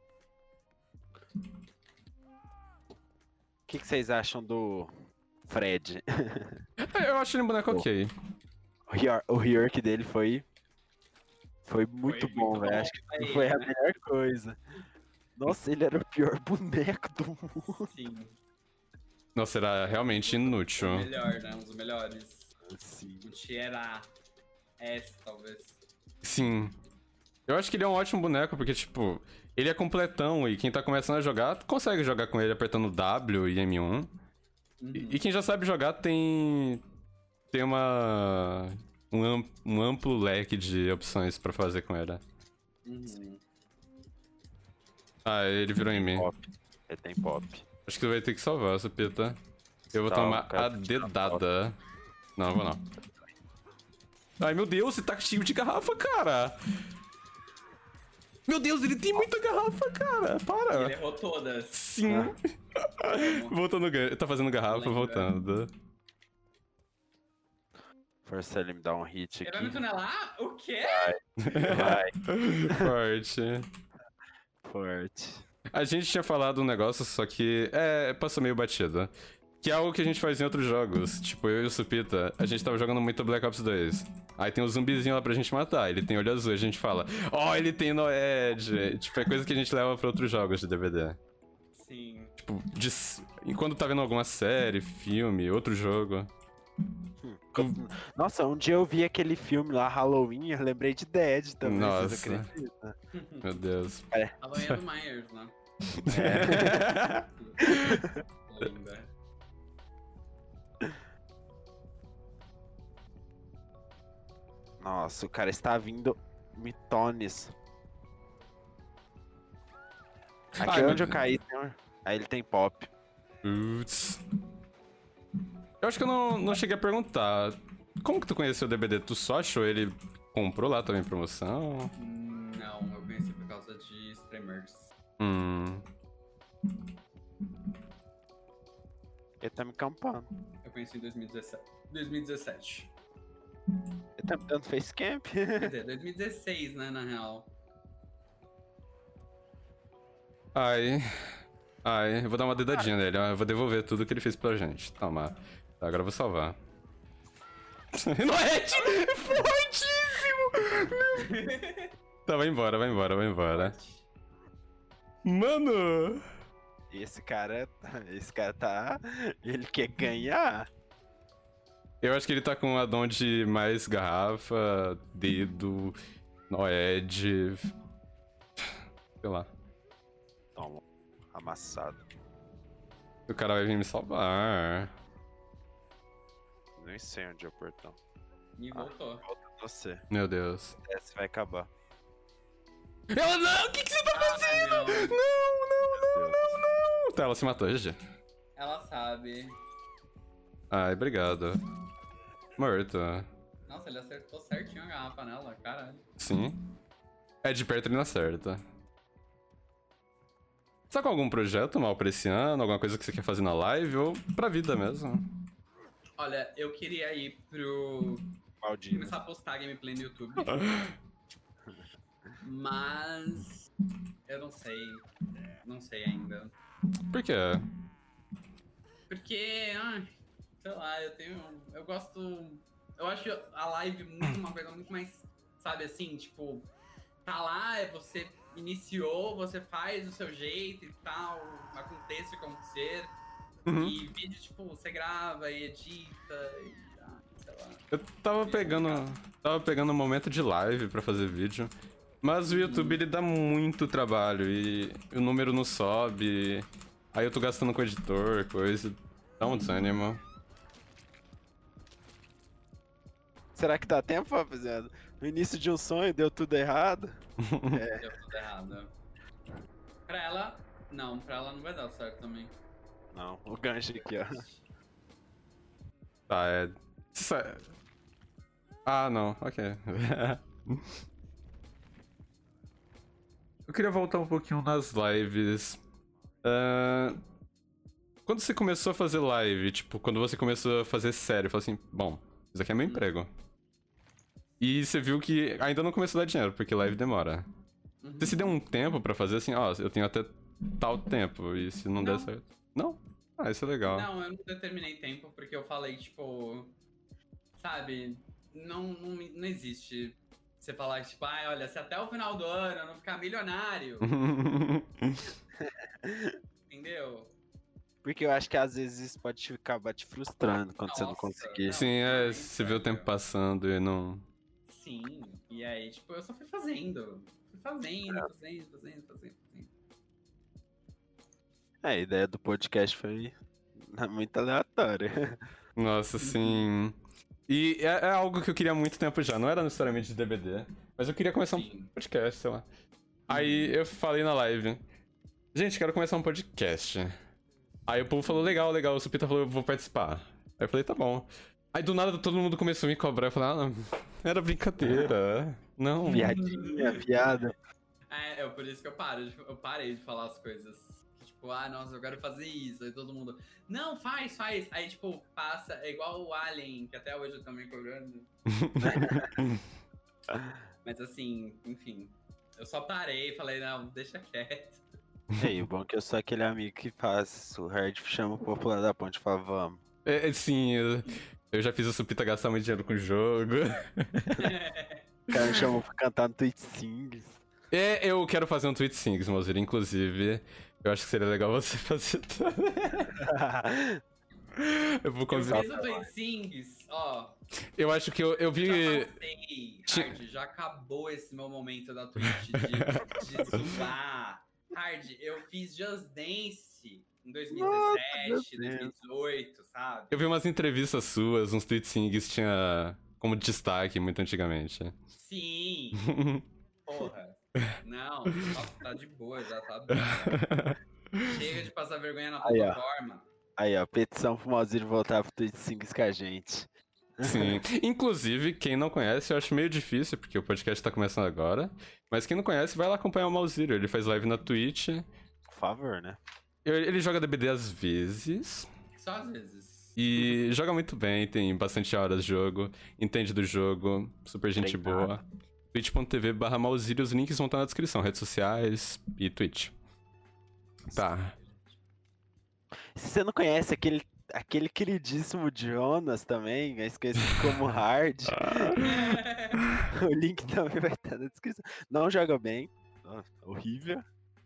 O que vocês acham do Fred? Eu acho ele um boneco ok. O rework dele foi muito bom, velho. Acho que foi a melhor coisa. Nossa, ele era o pior boneco do mundo. Sim. Nossa, era realmente inútil. O melhor, né? Um dos melhores. Sim. O Tiera S, talvez. Sim. Eu acho que ele é um ótimo boneco, porque, tipo, ele é completão e quem tá começando a jogar consegue jogar com ele apertando W e M1. E quem já sabe jogar tem um amplo leque de opções pra fazer com ele. Ah, ele virou em mim. Pop. Ele tem pop. Acho que tu vai ter que salvar, Supita. Eu vou Tá, tomar cara, a dedada. Não, vou não. Ai, meu Deus, você tá cheio de garrafa, cara. Meu Deus, ele tem muita garrafa, cara. Para. Ele errou todas. Sim. Voltando, tá fazendo garrafa, Lembra. voltando. Força ele me dar um hit Ele vai me aqui. tunelar? O quê? Vai, Forte. forte. A gente tinha falado um negócio, só que passou meio batido. Que é algo que a gente faz em outros jogos. Tipo, eu e o Supita, a gente tava jogando muito Black Ops 2. Aí tem um zumbizinho lá pra gente matar. Ele tem olho azul, a gente fala, ele tem Noed. Tipo, é coisa que a gente leva pra outros jogos de DVD. Sim. Tipo, enquanto tá vendo alguma série, filme, outro jogo. Nossa, um dia eu vi aquele filme lá, Halloween, eu lembrei de Dead também, Nossa. vocês acreditam? Meu Deus. Halloween é do Myers, né? Linda. Nossa, o cara está vindo mitones. Aqui Ai, onde eu meu caí, aí ele tem pop. Putz. Eu acho que eu não cheguei a perguntar. Como que tu conheceu o DBD? Tu só achou ele comprou lá também em promoção? Não, eu conheci por causa de streamers. Ele tá me campando. Eu conheci em 2017. Ele tá me dando facecamp. Quer dizer, 2016, né, na real. Ai, eu vou dar uma dedadinha nele, ó. Eu vou devolver tudo que ele fez pra gente. Toma. Tá, agora eu vou salvar. Noed! Fortíssimo! Tá, vai embora. Mano! Esse cara tá... Ele quer ganhar. Eu acho que ele tá com um addon de mais garrafa, dedo, Noed. Sei lá. Toma, amassado. O cara vai vir me salvar. Nem sei onde é o portão. E voltou. Volta você. Meu Deus. Esse vai acabar. Ela não! O que você tá fazendo? Não. Não! Tá, ela se matou, GG. Ela sabe. Ai, obrigado. Morto. Nossa, ele acertou certinho a garrafa nela, caralho. Sim. É de perto ele não acerta. Tá com algum projeto mal pra esse ano? Alguma coisa que você quer fazer na live? Ou pra vida mesmo? Olha, eu queria ir pro... Maldito. começar a postar gameplay no YouTube. Mas... eu não sei. Não sei ainda. Por quê? Porque, sei lá, eu gosto... Eu acho a live uma coisa muito mais, sabe, assim, tipo... Tá lá, você iniciou, você faz do seu jeito e tal, aconteça o que acontecer. E vídeo, tipo, você grava e edita e... sei lá. Eu tava pegando um momento de live pra fazer vídeo. Mas o YouTube, ele dá muito trabalho e o número não sobe. Aí eu tô gastando com editor, coisa. Dá um desânimo. Será que dá tempo, rapaziada? No início de um sonho deu tudo errado? Deu tudo errado. Pra ela não vai dar certo também. Não, o gancho aqui, ó. Tá, Ah, não, ok. Eu queria voltar um pouquinho nas lives. Quando você começou a fazer live, tipo, quando você começou a fazer sério, falou assim, bom, isso aqui é meu emprego. E você viu que ainda não começou a dar dinheiro, porque live demora. Você se deu um tempo pra fazer assim, eu tenho até tal tempo, e se não der certo... Não? Ah, isso é legal. Não, eu não determinei tempo, porque eu falei, tipo... Sabe, não existe você falar, tipo, olha, se até o final do ano eu não ficar milionário... Entendeu? Porque eu acho que às vezes isso pode acabar te frustrando quando você não conseguir. Sim, você vê o tempo passando e não... Sim, e aí, tipo, eu só fui fazendo. Fazendo. A ideia do podcast foi muito aleatória. Nossa, sim. E é algo que eu queria há muito tempo já. Não era necessariamente de DBD, mas eu queria começar um podcast, sei lá. Aí eu falei na live, gente, quero começar um podcast. Aí o povo falou, legal, o Supita falou, eu vou participar. Aí eu falei, tá bom. Aí do nada todo mundo começou a me cobrar. Eu falei, não, era brincadeira. Não. Viadinha, viado. É por isso que eu parei de falar as coisas. Tipo, nossa, eu quero fazer isso. Aí todo mundo, não, faz. Aí, tipo, passa, é igual o Alien, que até hoje eu tô me cobrando. Mas assim, enfim, eu só parei e falei, não, deixa quieto. E o bom é que eu sou aquele amigo que faz. O Hard chama o popular da ponte e fala, vamos. Sim, eu já fiz o Supita gastar muito dinheiro com o jogo. O cara me chamou pra cantar no Twitch Sings. Eu quero fazer um Twitch Sings, Mozilla, inclusive. Eu acho que seria legal você fazer também. Eu vou Eu conseguir. fiz o Twitch Sings, ó. Eu acho que eu vi. Já passei, Hard, já acabou esse meu momento da Twitch de zoar. Hard, eu fiz Just Dance em 2017, 2018, sabe? Eu vi umas entrevistas suas, uns Twitch Sings tinha como destaque muito antigamente. Sim. Porra. Não, nossa, tá de boa, já tá bom. Chega de passar vergonha na Aí, ó. plataforma. Aí, ó, petição pro Mozilla voltar pro Twitch Sings com a gente. Sim. Inclusive, quem não conhece, eu acho meio difícil, porque o podcast tá começando agora. Mas quem não conhece, vai lá acompanhar o Malziro. Ele faz live na Twitch. Por favor, né? Ele joga DBD às vezes. Só às vezes. E joga muito bem, tem bastante horas de jogo, entende do jogo, super gente Treinado. boa. twitch.tv/Malziro, os links vão estar na descrição, redes sociais e Twitch. Tá. Se você não conhece aquele queridíssimo Jonas também, é conhecido como Hard, o link também vai estar na descrição. Não joga bem, nossa, horrível.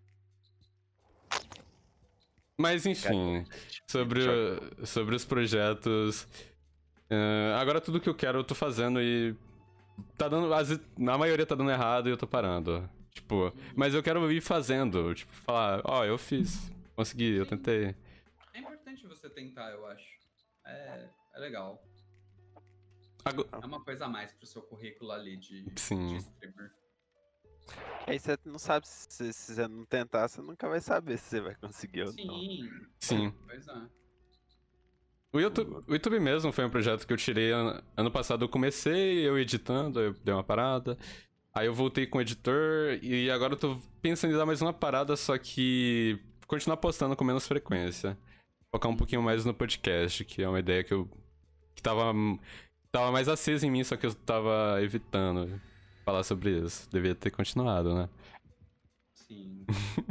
Mas enfim, sobre os projetos. Agora tudo que eu quero eu tô fazendo e. Tá dando. A maioria tá dando errado e eu tô parando. Tipo, mas eu quero ir fazendo. Tipo, falar, eu fiz. Consegui, eu tentei. É importante você tentar, eu acho. É legal. É uma coisa a mais pro seu currículo ali de Sim. streamer. Aí você não sabe, se você não tentar, você nunca vai saber se você vai conseguir ou não. Sim. Pois é. O YouTube mesmo foi um projeto que eu tirei ano passado. Eu comecei eu editando, eu dei uma parada. Aí eu voltei com o editor e agora eu tô pensando em dar mais uma parada, só que continuar postando com menos frequência. Focar um pouquinho mais no podcast, que é uma ideia que tava mais acesa em mim, só que eu tava evitando falar sobre isso. Devia ter continuado, né? Sim.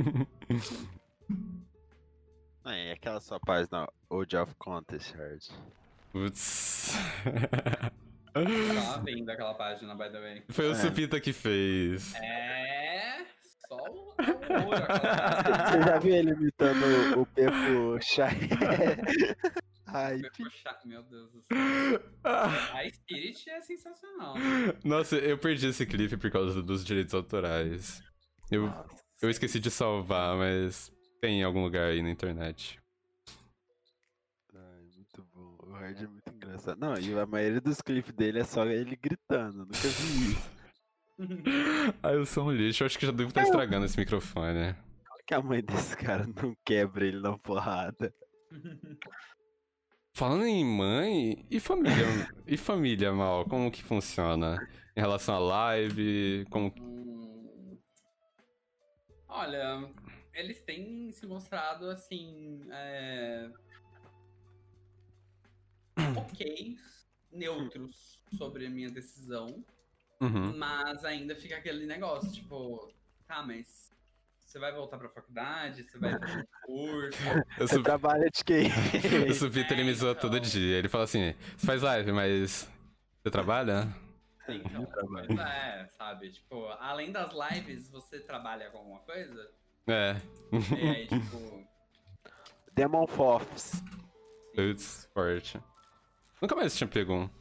É aquela sua página Ode of Contest, Hard. Putz. Eu tava vendo aquela página, by the way. Foi o Supita que fez. Só o ouro aquela página. Você já viu ele imitando o Pepo Chai? Ai, Meu Deus do céu. A Spirit é sensacional. Nossa, eu perdi esse clipe por causa dos direitos autorais. Eu esqueci de salvar, mas tem em algum lugar aí na internet. Ai, muito bom. O Hard é muito engraçado. Não, e a maioria dos clipes dele é só ele gritando. Nunca vi isso. Eu sou um lixo. Eu acho que já devo estar estragando esse microfone. Como que a mãe desse cara não quebra ele na porrada? Falando em mãe, e família? E família, Mal? Como que funciona? Em relação à live, como... Olha, eles têm se mostrado, assim, ok, neutros sobre a minha decisão, mas ainda fica aquele negócio, tipo, tá, mas você vai voltar pra faculdade, você vai fazer um curso... Você trabalha de quem? O Supita, ele me zoa todo dia. Ele fala assim, você faz live, mas você trabalha? Então, pois sabe? Tipo, além das lives, você trabalha com alguma coisa? É. E aí, tipo... Demon Foffs. Putz, forte. Nunca mais tinha pego um.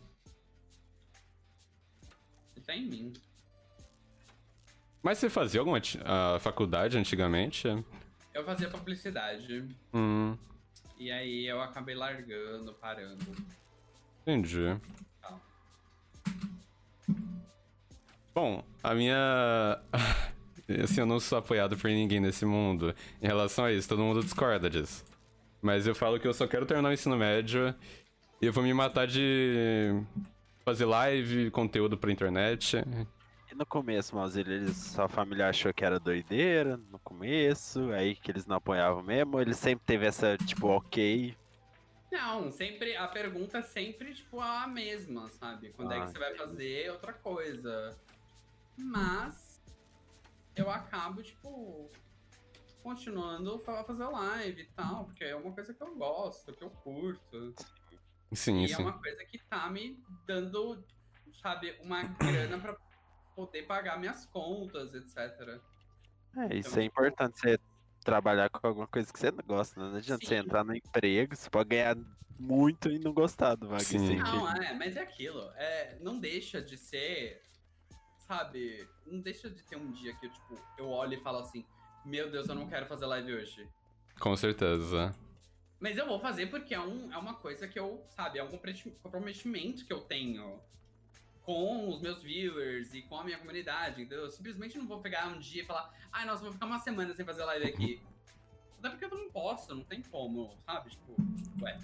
Ele tá em mim. Mas você fazia alguma faculdade antigamente? Eu fazia publicidade. E aí eu acabei largando, parando. Entendi. Tá. Bom, a minha... assim, eu não sou apoiado por ninguém nesse mundo. Em relação a isso, todo mundo discorda disso. Mas eu falo que eu só quero terminar o ensino médio e eu vou me matar de fazer live, conteúdo pra internet. E no começo, Maurílio, sua família achou que era doideira no começo, aí que eles não apoiavam mesmo, ele sempre teve essa, tipo, ok. Não, sempre. A pergunta é sempre, tipo, a mesma, sabe? Quando é que você vai fazer outra coisa. Mas eu acabo, tipo, continuando a fazer live e tal, porque é uma coisa que eu gosto, que eu curto. Sim, E sim. é uma coisa que tá me dando, sabe, uma grana pra poder pagar minhas contas, etc. Isso Então, é importante, você trabalhar com alguma coisa que você não gosta, né? Não adianta você sim. entrar no emprego, você pode ganhar muito e não gostar do vaga. Sim. Não, mas é aquilo. Não deixa de ser, sabe? Não deixa de ter um dia que eu olho e falo assim, meu Deus, eu não quero fazer live hoje. Com certeza. Mas eu vou fazer porque é uma coisa que eu, sabe, é um comprometimento que eu tenho com os meus viewers e com a minha comunidade, entendeu? Eu simplesmente não vou pegar um dia e falar, ai, nossa, vou ficar uma semana sem fazer live aqui. Até porque eu não posso, não tem como, sabe? Tipo, ué.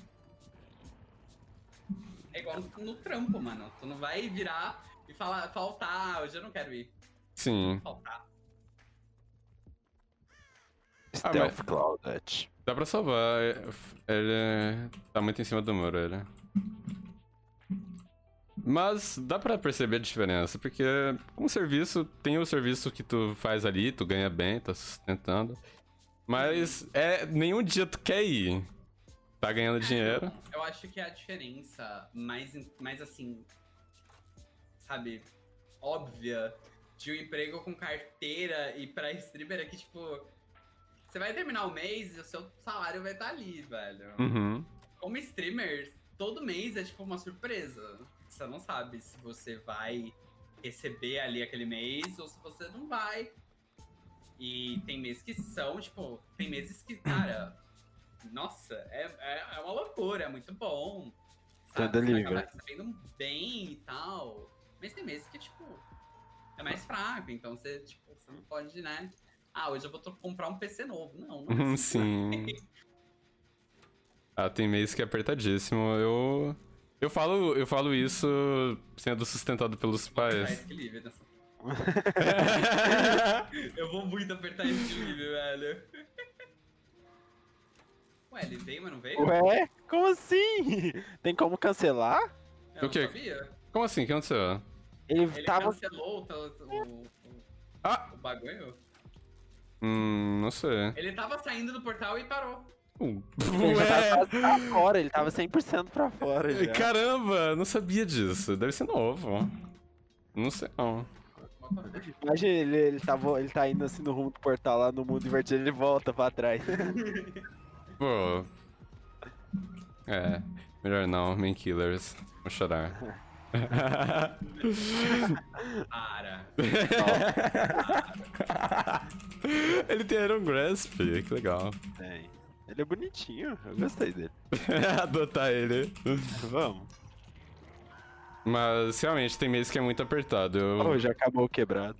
É igual no trampo, mano. Tu não vai virar e faltar, hoje eu não quero ir. Sim. Faltar. Stealth Cloud. Dá pra salvar. Ele tá muito em cima do muro, ele. Mas dá pra perceber a diferença, porque com o serviço, tem o serviço que tu faz ali, tu ganha bem, tá sustentando. Mas nenhum dia tu quer ir. Tá ganhando dinheiro. Eu acho que a diferença mais assim, sabe, óbvia de um emprego com carteira e pra streamer é que, tipo, você vai terminar o mês e o seu salário vai estar ali, velho. Uhum. Como streamer, todo mês é tipo uma surpresa. Você não sabe se você vai receber ali aquele mês ou se você não vai. E tem meses que são, tipo, tem meses que, cara, nossa, é uma loucura, é muito bom. Sabe? Tudo Você vai livre. acabar recebendo bem e tal. Mas tem meses que, tipo, é mais fraco, então você não pode, né? Ah, hoje eu vou comprar um PC novo. Não é assim. Sim. Ah, tem mês que é apertadíssimo. Eu falo isso sendo sustentado pelos pais. Equilíbrio nessa. Eu vou muito apertar esse equilíbrio, velho. Ué, ele veio, mas não veio? Ué? Como assim? Tem como cancelar? Eu O quê? não sabia. Como assim? O que aconteceu? Ele Ele tava. cancelou Ah! o bagulho? Não sei. Ele tava saindo do portal e parou. Ele já tava quase pra fora, ele tava 100% pra fora já. Caramba, não sabia disso. Deve ser novo. Não sei não. Imagina, ele tá indo assim no rumo do portal lá no mundo invertido, ele volta pra trás. Pô. Melhor não, main killers. Vou chorar. Para. Ele tem Iron Grasp, que legal. Tem. Ele é bonitinho, eu gostei dele. Adotar ele. Vamos. Mas realmente tem meses que é muito apertado. Oh, já acabou o quebrado.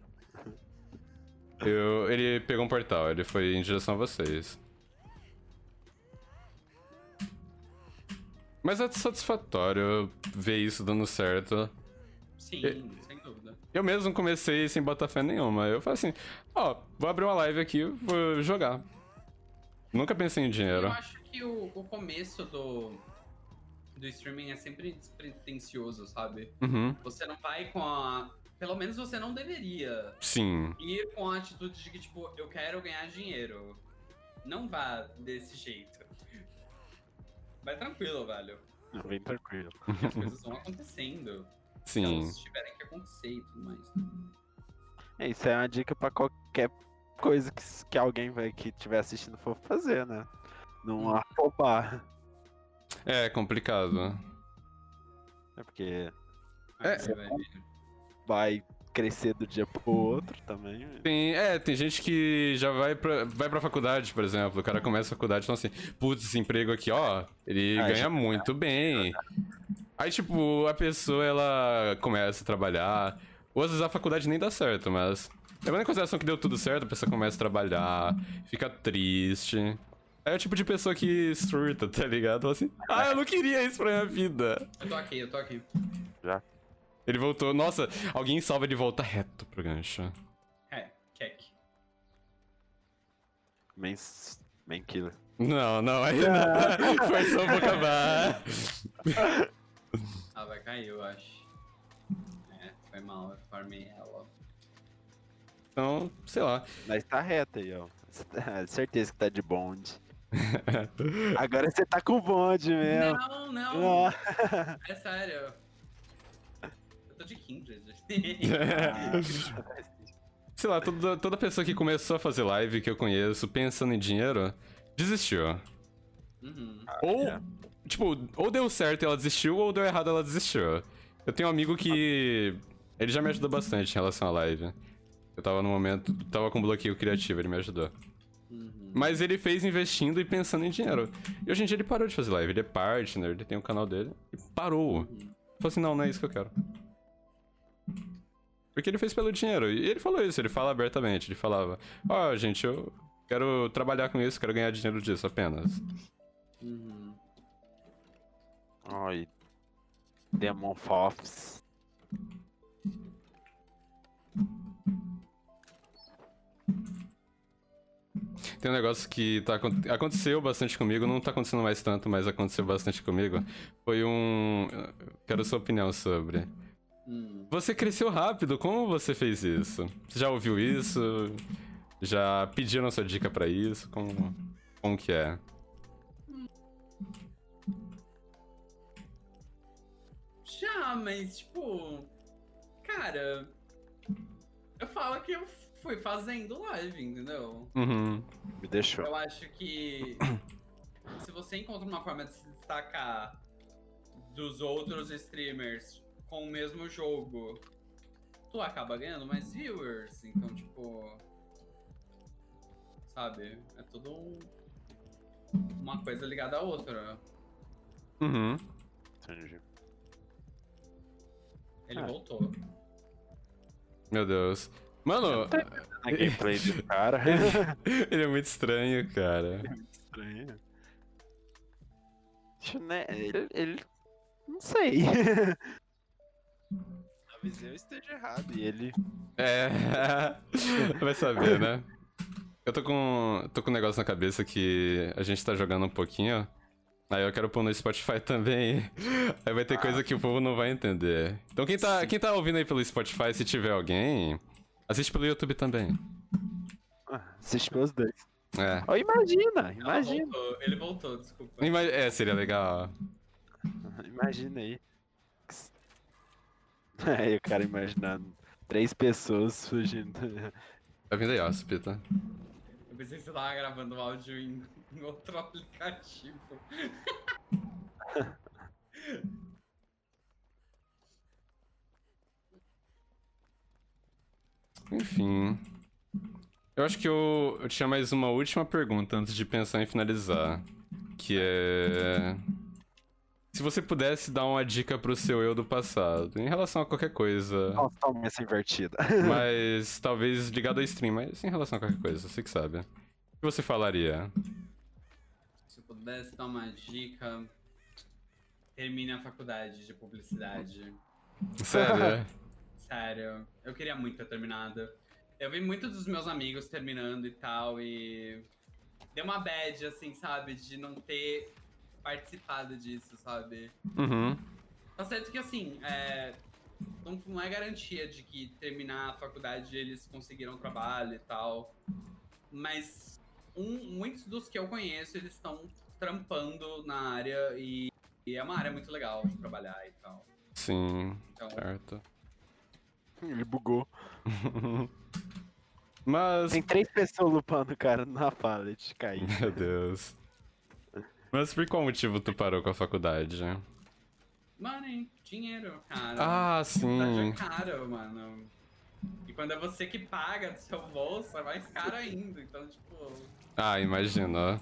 Ele pegou um portal, ele foi em direção a vocês. Mas é satisfatório ver isso dando certo. Sim, sem dúvida. Eu mesmo comecei sem botar fé nenhuma. Eu falei assim, vou abrir uma live aqui, vou jogar. Nunca pensei em dinheiro. Eu acho que o começo do streaming é sempre despretensioso, sabe? Uhum. Você não vai com a... Pelo menos você não deveria Sim. ir com a atitude de que, tipo, eu quero ganhar dinheiro. Não vá desse jeito. Vai tranquilo, velho. Bem tranquilo. Porque as coisas vão acontecendo. Se Sim. elas tiverem que acontecer e tudo mais. Isso é uma dica pra qualquer coisa que alguém que estiver assistindo for fazer, né? Não afobar. É complicado. É porque Aí você vai ver. vai crescer do dia pro outro também. Tem gente que já vai pra faculdade, por exemplo. O cara começa a faculdade e fala assim, putz, esse emprego aqui, ele ganha muito bem. Aí, tipo, a pessoa, ela começa a trabalhar. Ou às vezes a faculdade nem dá certo, mas levando em consideração que deu tudo certo, a pessoa começa a trabalhar, fica triste. É o tipo de pessoa que surta, tá ligado? Fala assim, eu não queria isso pra minha vida. Eu tô aqui. Já. Ele voltou, nossa, alguém salva de volta reto pro gancho. Kek. Main killer. Não, ainda não. Forçou um pouco acabar. Vai cair, eu acho. Foi mal, eu farmei ela. Então, sei lá. Mas tá reto aí, ó. Certeza que tá de bonde. Agora você tá com bonde mesmo. Não. É sério. Eu tô de Kindred. Sei lá, toda pessoa que começou a fazer live que eu conheço pensando em dinheiro, desistiu. Tipo, ou deu certo e ela desistiu, ou deu errado e ela desistiu. Eu tenho um amigo que... Ele já me ajudou bastante em relação à live. Eu tava no momento... Tava com bloqueio criativo, ele me ajudou. Mas ele fez investindo e pensando em dinheiro. E hoje em dia ele parou de fazer live. Ele é partner, ele tem o canal dele. E parou. Falou assim, não é isso que eu quero. Porque ele fez pelo dinheiro. E ele falou isso, ele fala abertamente. Ele falava, gente, eu quero trabalhar com isso, quero ganhar dinheiro disso apenas. Oi. Demon Foffs. Tem um negócio que aconteceu bastante comigo, não tá acontecendo mais tanto, mas aconteceu bastante comigo. Foi quero sua opinião sobre. Você cresceu rápido, como você fez isso? Você já ouviu isso? Já pediram sua dica pra isso? Como que é? Já, mas tipo... Cara... Eu falo que eu fui fazendo live, entendeu? Me deixou. Eu acho que... Se você encontra uma forma de se destacar dos outros streamers com o mesmo jogo, tu acaba ganhando mais viewers. Então, tipo... Sabe? É tudo uma coisa ligada à outra. Entendi. Ele voltou. Meu Deus. Mano... A gameplay do cara. Ele é muito estranho, cara. Estranho. Ele... Não sei. Talvez eu esteja errado e ele... Vai saber, né? Eu tô com um negócio na cabeça que a gente tá jogando um pouquinho. Aí eu quero pôr no Spotify também. Aí vai ter coisa que o povo não vai entender. Então quem tá ouvindo aí pelo Spotify, se tiver alguém, assiste pelo YouTube também. Assiste pelos dois. É. Imagina. Ele voltou, desculpa. Seria legal. Imagina aí. Aí o cara imaginando 3 pessoas fugindo. Tá vindo aí, ó, Pita. Eu pensei que você tava gravando o áudio em outro aplicativo. Enfim. Eu acho que eu tinha mais uma última pergunta antes de pensar em finalizar. Que é... Se você pudesse dar uma dica pro seu eu do passado, em relação a qualquer coisa. Nossa, toma essa invertida. Mas talvez ligado ao stream, mas em relação a qualquer coisa, você que sabe. O que você falaria? Se eu pudesse dar uma dica, termine a faculdade de publicidade. Sério? Sério, eu queria muito ter terminado. Eu vi muitos dos meus amigos terminando e tal, e deu uma bad, assim, sabe, de não ter participado disso, sabe? Tá certo que, assim, não é garantia de que terminar a faculdade eles conseguiram trabalho e tal, mas muitos dos que eu conheço, eles estão trampando na área e é uma área muito legal de trabalhar e tal. Sim, então, certo. Ele bugou. Mas... Tem 3 pessoas lupando o cara na pallet, caiu. Meu Deus. Mas por qual motivo tu parou com a faculdade? Money, dinheiro, cara. Sim. É caro, mano. E quando é você que paga do seu bolso, é mais caro ainda. Então, tipo... imagina.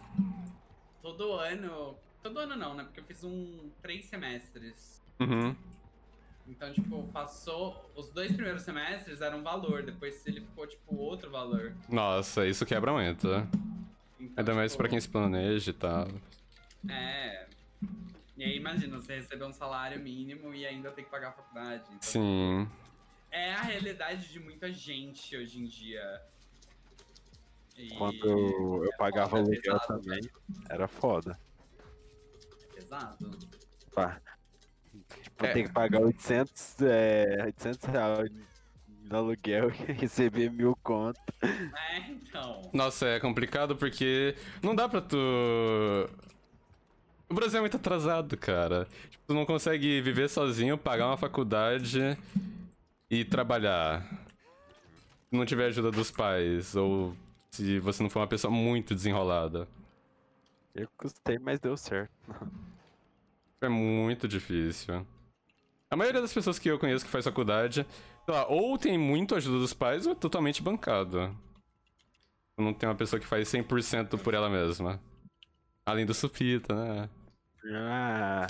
Todo ano não, né? Porque eu fiz 3 semestres. Então, tipo, passou. Os 2 primeiros semestres eram um valor, depois ele ficou, tipo, outro valor. Nossa, isso quebra muito. Então, Ainda mais tipo, pra quem se planeja e tal. É. E aí, imagina, você receber um salário mínimo e ainda ter que pagar a faculdade. Então, Sim. é a realidade de muita gente hoje em dia. E Quando eu pagava foda, é aluguel pesado, também, era foda. Exato. Pá. Tipo, É. ter que pagar 800 reais no aluguel e receber 1000 conto. É, então. Nossa, é complicado porque não dá pra tu. O Brasil é muito atrasado, cara. Tipo, tu não consegue viver sozinho, pagar uma faculdade e trabalhar. Se não tiver ajuda dos pais, ou se você não for uma pessoa muito desenrolada. Eu custei, mas deu certo. É muito difícil. A maioria das pessoas que eu conheço que faz faculdade, sei lá, ou tem muito ajuda dos pais ou é totalmente bancado. Não tem uma pessoa que faz 100% por ela mesma. Além do Supita, né? Ah.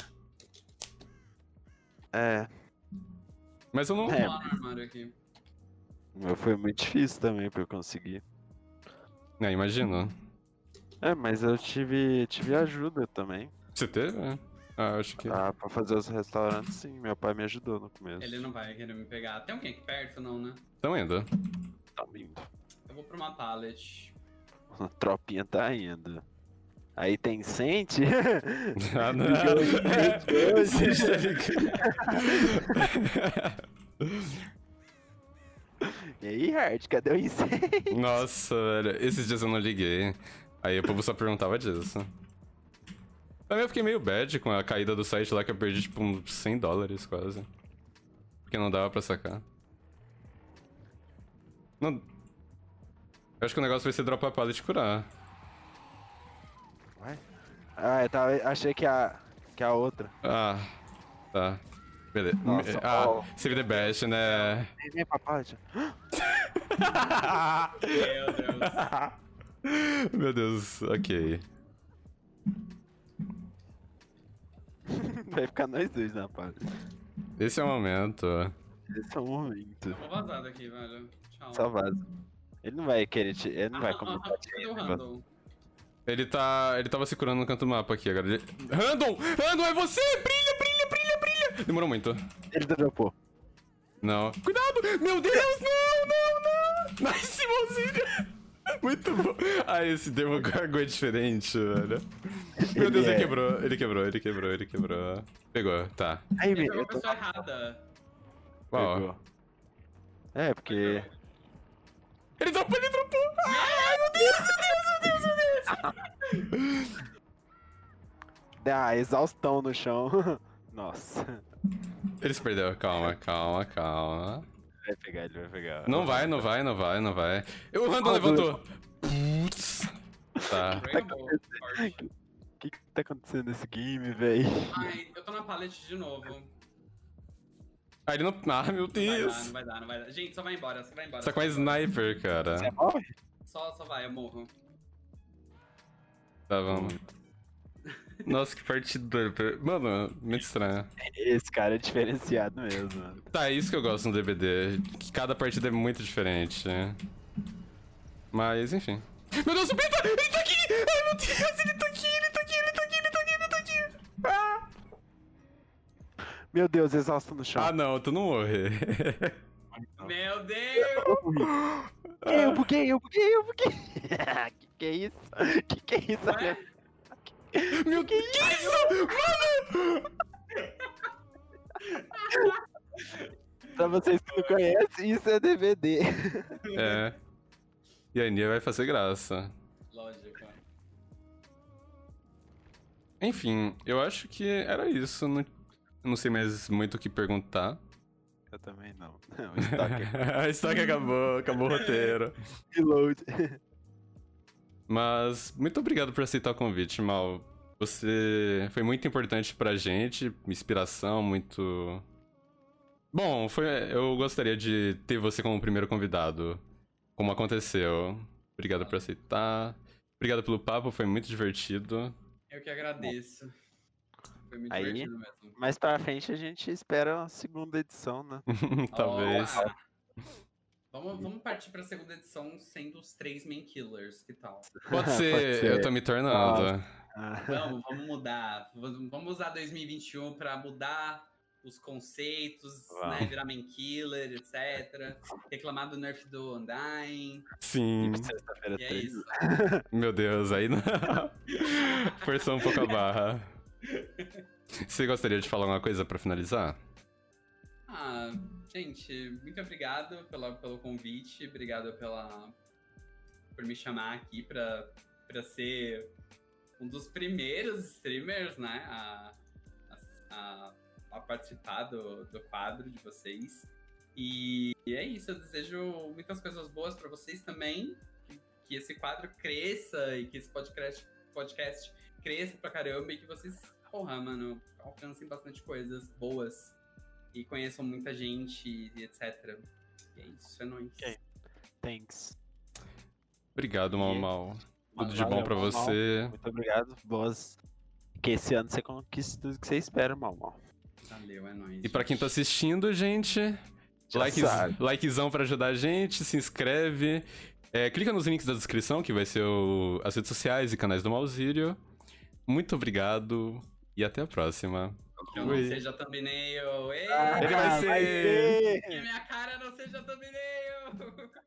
É. Mas eu não. Vamos É. lá no armário aqui. O meu foi muito difícil também pra eu conseguir. É, imagino. É, mas eu tive ajuda também. Você teve? Ah, acho que. Ah, pra fazer os restaurantes, sim. Meu pai me ajudou no começo. Ele não vai querer me pegar. Tem alguém aqui perto, não, né? Então ainda. Tá indo. Eu vou pra uma pallet. A tropinha tá indo. Aí tem Sente? Ah, não. Hoje. Você tá ligado? E aí, Hard, cadê o incêndio? Nossa, velho. Esses dias eu não liguei. Aí o povo só perguntava disso. Também eu fiquei meio bad com a caída do site lá que eu perdi tipo uns $100 quase. Porque não dava pra sacar. Não... Eu acho que o negócio vai ser dropar a pallet e curar. Ué? Ah, achei que a outra. Ah, tá. Beleza. Nossa, Ah, save the best, né? Vem pra parte. Meu Deus. Meu Deus, ok. Vai ficar nós dois na parte. Esse é o momento. Esse é o momento. Eu vou vazar daqui, velho. Tchau. Só vaza. Ele não vai querer ele não vai comentar. Cadê o Randall? Ele tava se curando no canto do mapa aqui agora. Random! Random, é você! Brilha, brilha, brilha, brilha! Demorou muito. Ele dropou. Não. Cuidado! Meu Deus, não, não, não! Nice, mãozinha! Muito bom. Ah, esse Demogorgon é diferente, velho. Meu Deus, ele quebrou, ele quebrou, ele quebrou, ele quebrou. Pegou, tá. Aí, Ele meu. pegou a pessoa errada. Uau. Pegou. É, porque. Ele dropou, ele dropou! Ai, meu Deus, meu Deus, meu Deus, meu Deus! Ah, exaustão no chão. Nossa. Ele se perdeu, calma, calma, calma. Vai pegar, ele vai pegar. Não vai, não vai, não vai, não vai. O Random levantou. Putz. Tá. Rainbow, forte. O que tá acontecendo nesse game, véi? Ai, eu tô na pallet de novo. Ah, ele não. Ah, meu Não vai dar, Deus. não vai dar, não vai dar. Gente, só vai embora, só vai embora. Você tá com a sniper, cara. Você morre? Só vai, eu morro. Tá, vamos. Nossa, que partida. Mano, muito estranho. Esse cara é diferenciado mesmo, mano. Tá, é isso que eu gosto no DBD. Que cada partida é muito diferente. Mas, enfim. Meu Deus, o Pita! Ele tá aqui! Ai, meu Deus, ele tá aqui, ele tá aqui, ele tá aqui, ele tá aqui, ele tá aqui! Ah! Meu Deus, exausto no chão. Ah, não, tu não morre. Meu Deus! Eu buguei. Que é isso? Que é isso? Ué? Meu que isso? Mano! Pra vocês que não conhecem, isso é DVD. É. E a Nia vai fazer graça. Lógico. Enfim, eu acho que era isso. Não sei mais muito o que perguntar. Eu também não. Não, estoque. A estoque acabou o roteiro. Reload. Mas muito obrigado por aceitar o convite, Mal. Você foi muito importante pra gente, inspiração, muito... Bom, eu gostaria de ter você como primeiro convidado, como aconteceu. Obrigado por aceitar. Obrigado pelo papo, foi muito divertido. Eu que agradeço. Foi muito Aí- divertido mesmo. Mais pra frente a gente espera uma segunda edição, né? Talvez. Opa! Vamos partir pra segunda edição sendo os 3 main killers, que tal? Pode ser, eu tô me tornando. Ah, Vamos mudar. Vamos usar 2021 pra mudar os conceitos, né? Vamos. Virar main killer, etc. Reclamar do nerf do Undyne. Sim. Sexta-feira E é 13. isso. Meu Deus, aí não. Forçou um pouco a barra. Você gostaria de falar alguma coisa pra finalizar? Ah, gente, muito obrigado pelo convite. Obrigado por me chamar aqui pra ser um dos primeiros streamers, né? A participar do quadro de vocês. E é isso, eu desejo muitas coisas boas pra vocês também. Que esse quadro cresça e que esse podcast cresça pra caramba e que vocês, porra, mano, alcancem bastante coisas boas e conheçam muita gente e etc. E é isso, é nóis. Ok. Thanks. Obrigado, Mal Mal. Tudo de bom Valeu, pra Mal Mal. você. Muito obrigado. Boas. Que esse ano você conquiste tudo que você espera, Mal Mal. Valeu, é nóis. E pra quem tá assistindo, gente, Já sabe. likezão pra ajudar a gente, se inscreve. Clica nos links da descrição, que vai ser as redes sociais e canais do Malzírio. Muito obrigado e até a próxima. Que eu não seja thumbnail. Ei! Ele vai ser. ser. Que minha cara não seja thumbnail!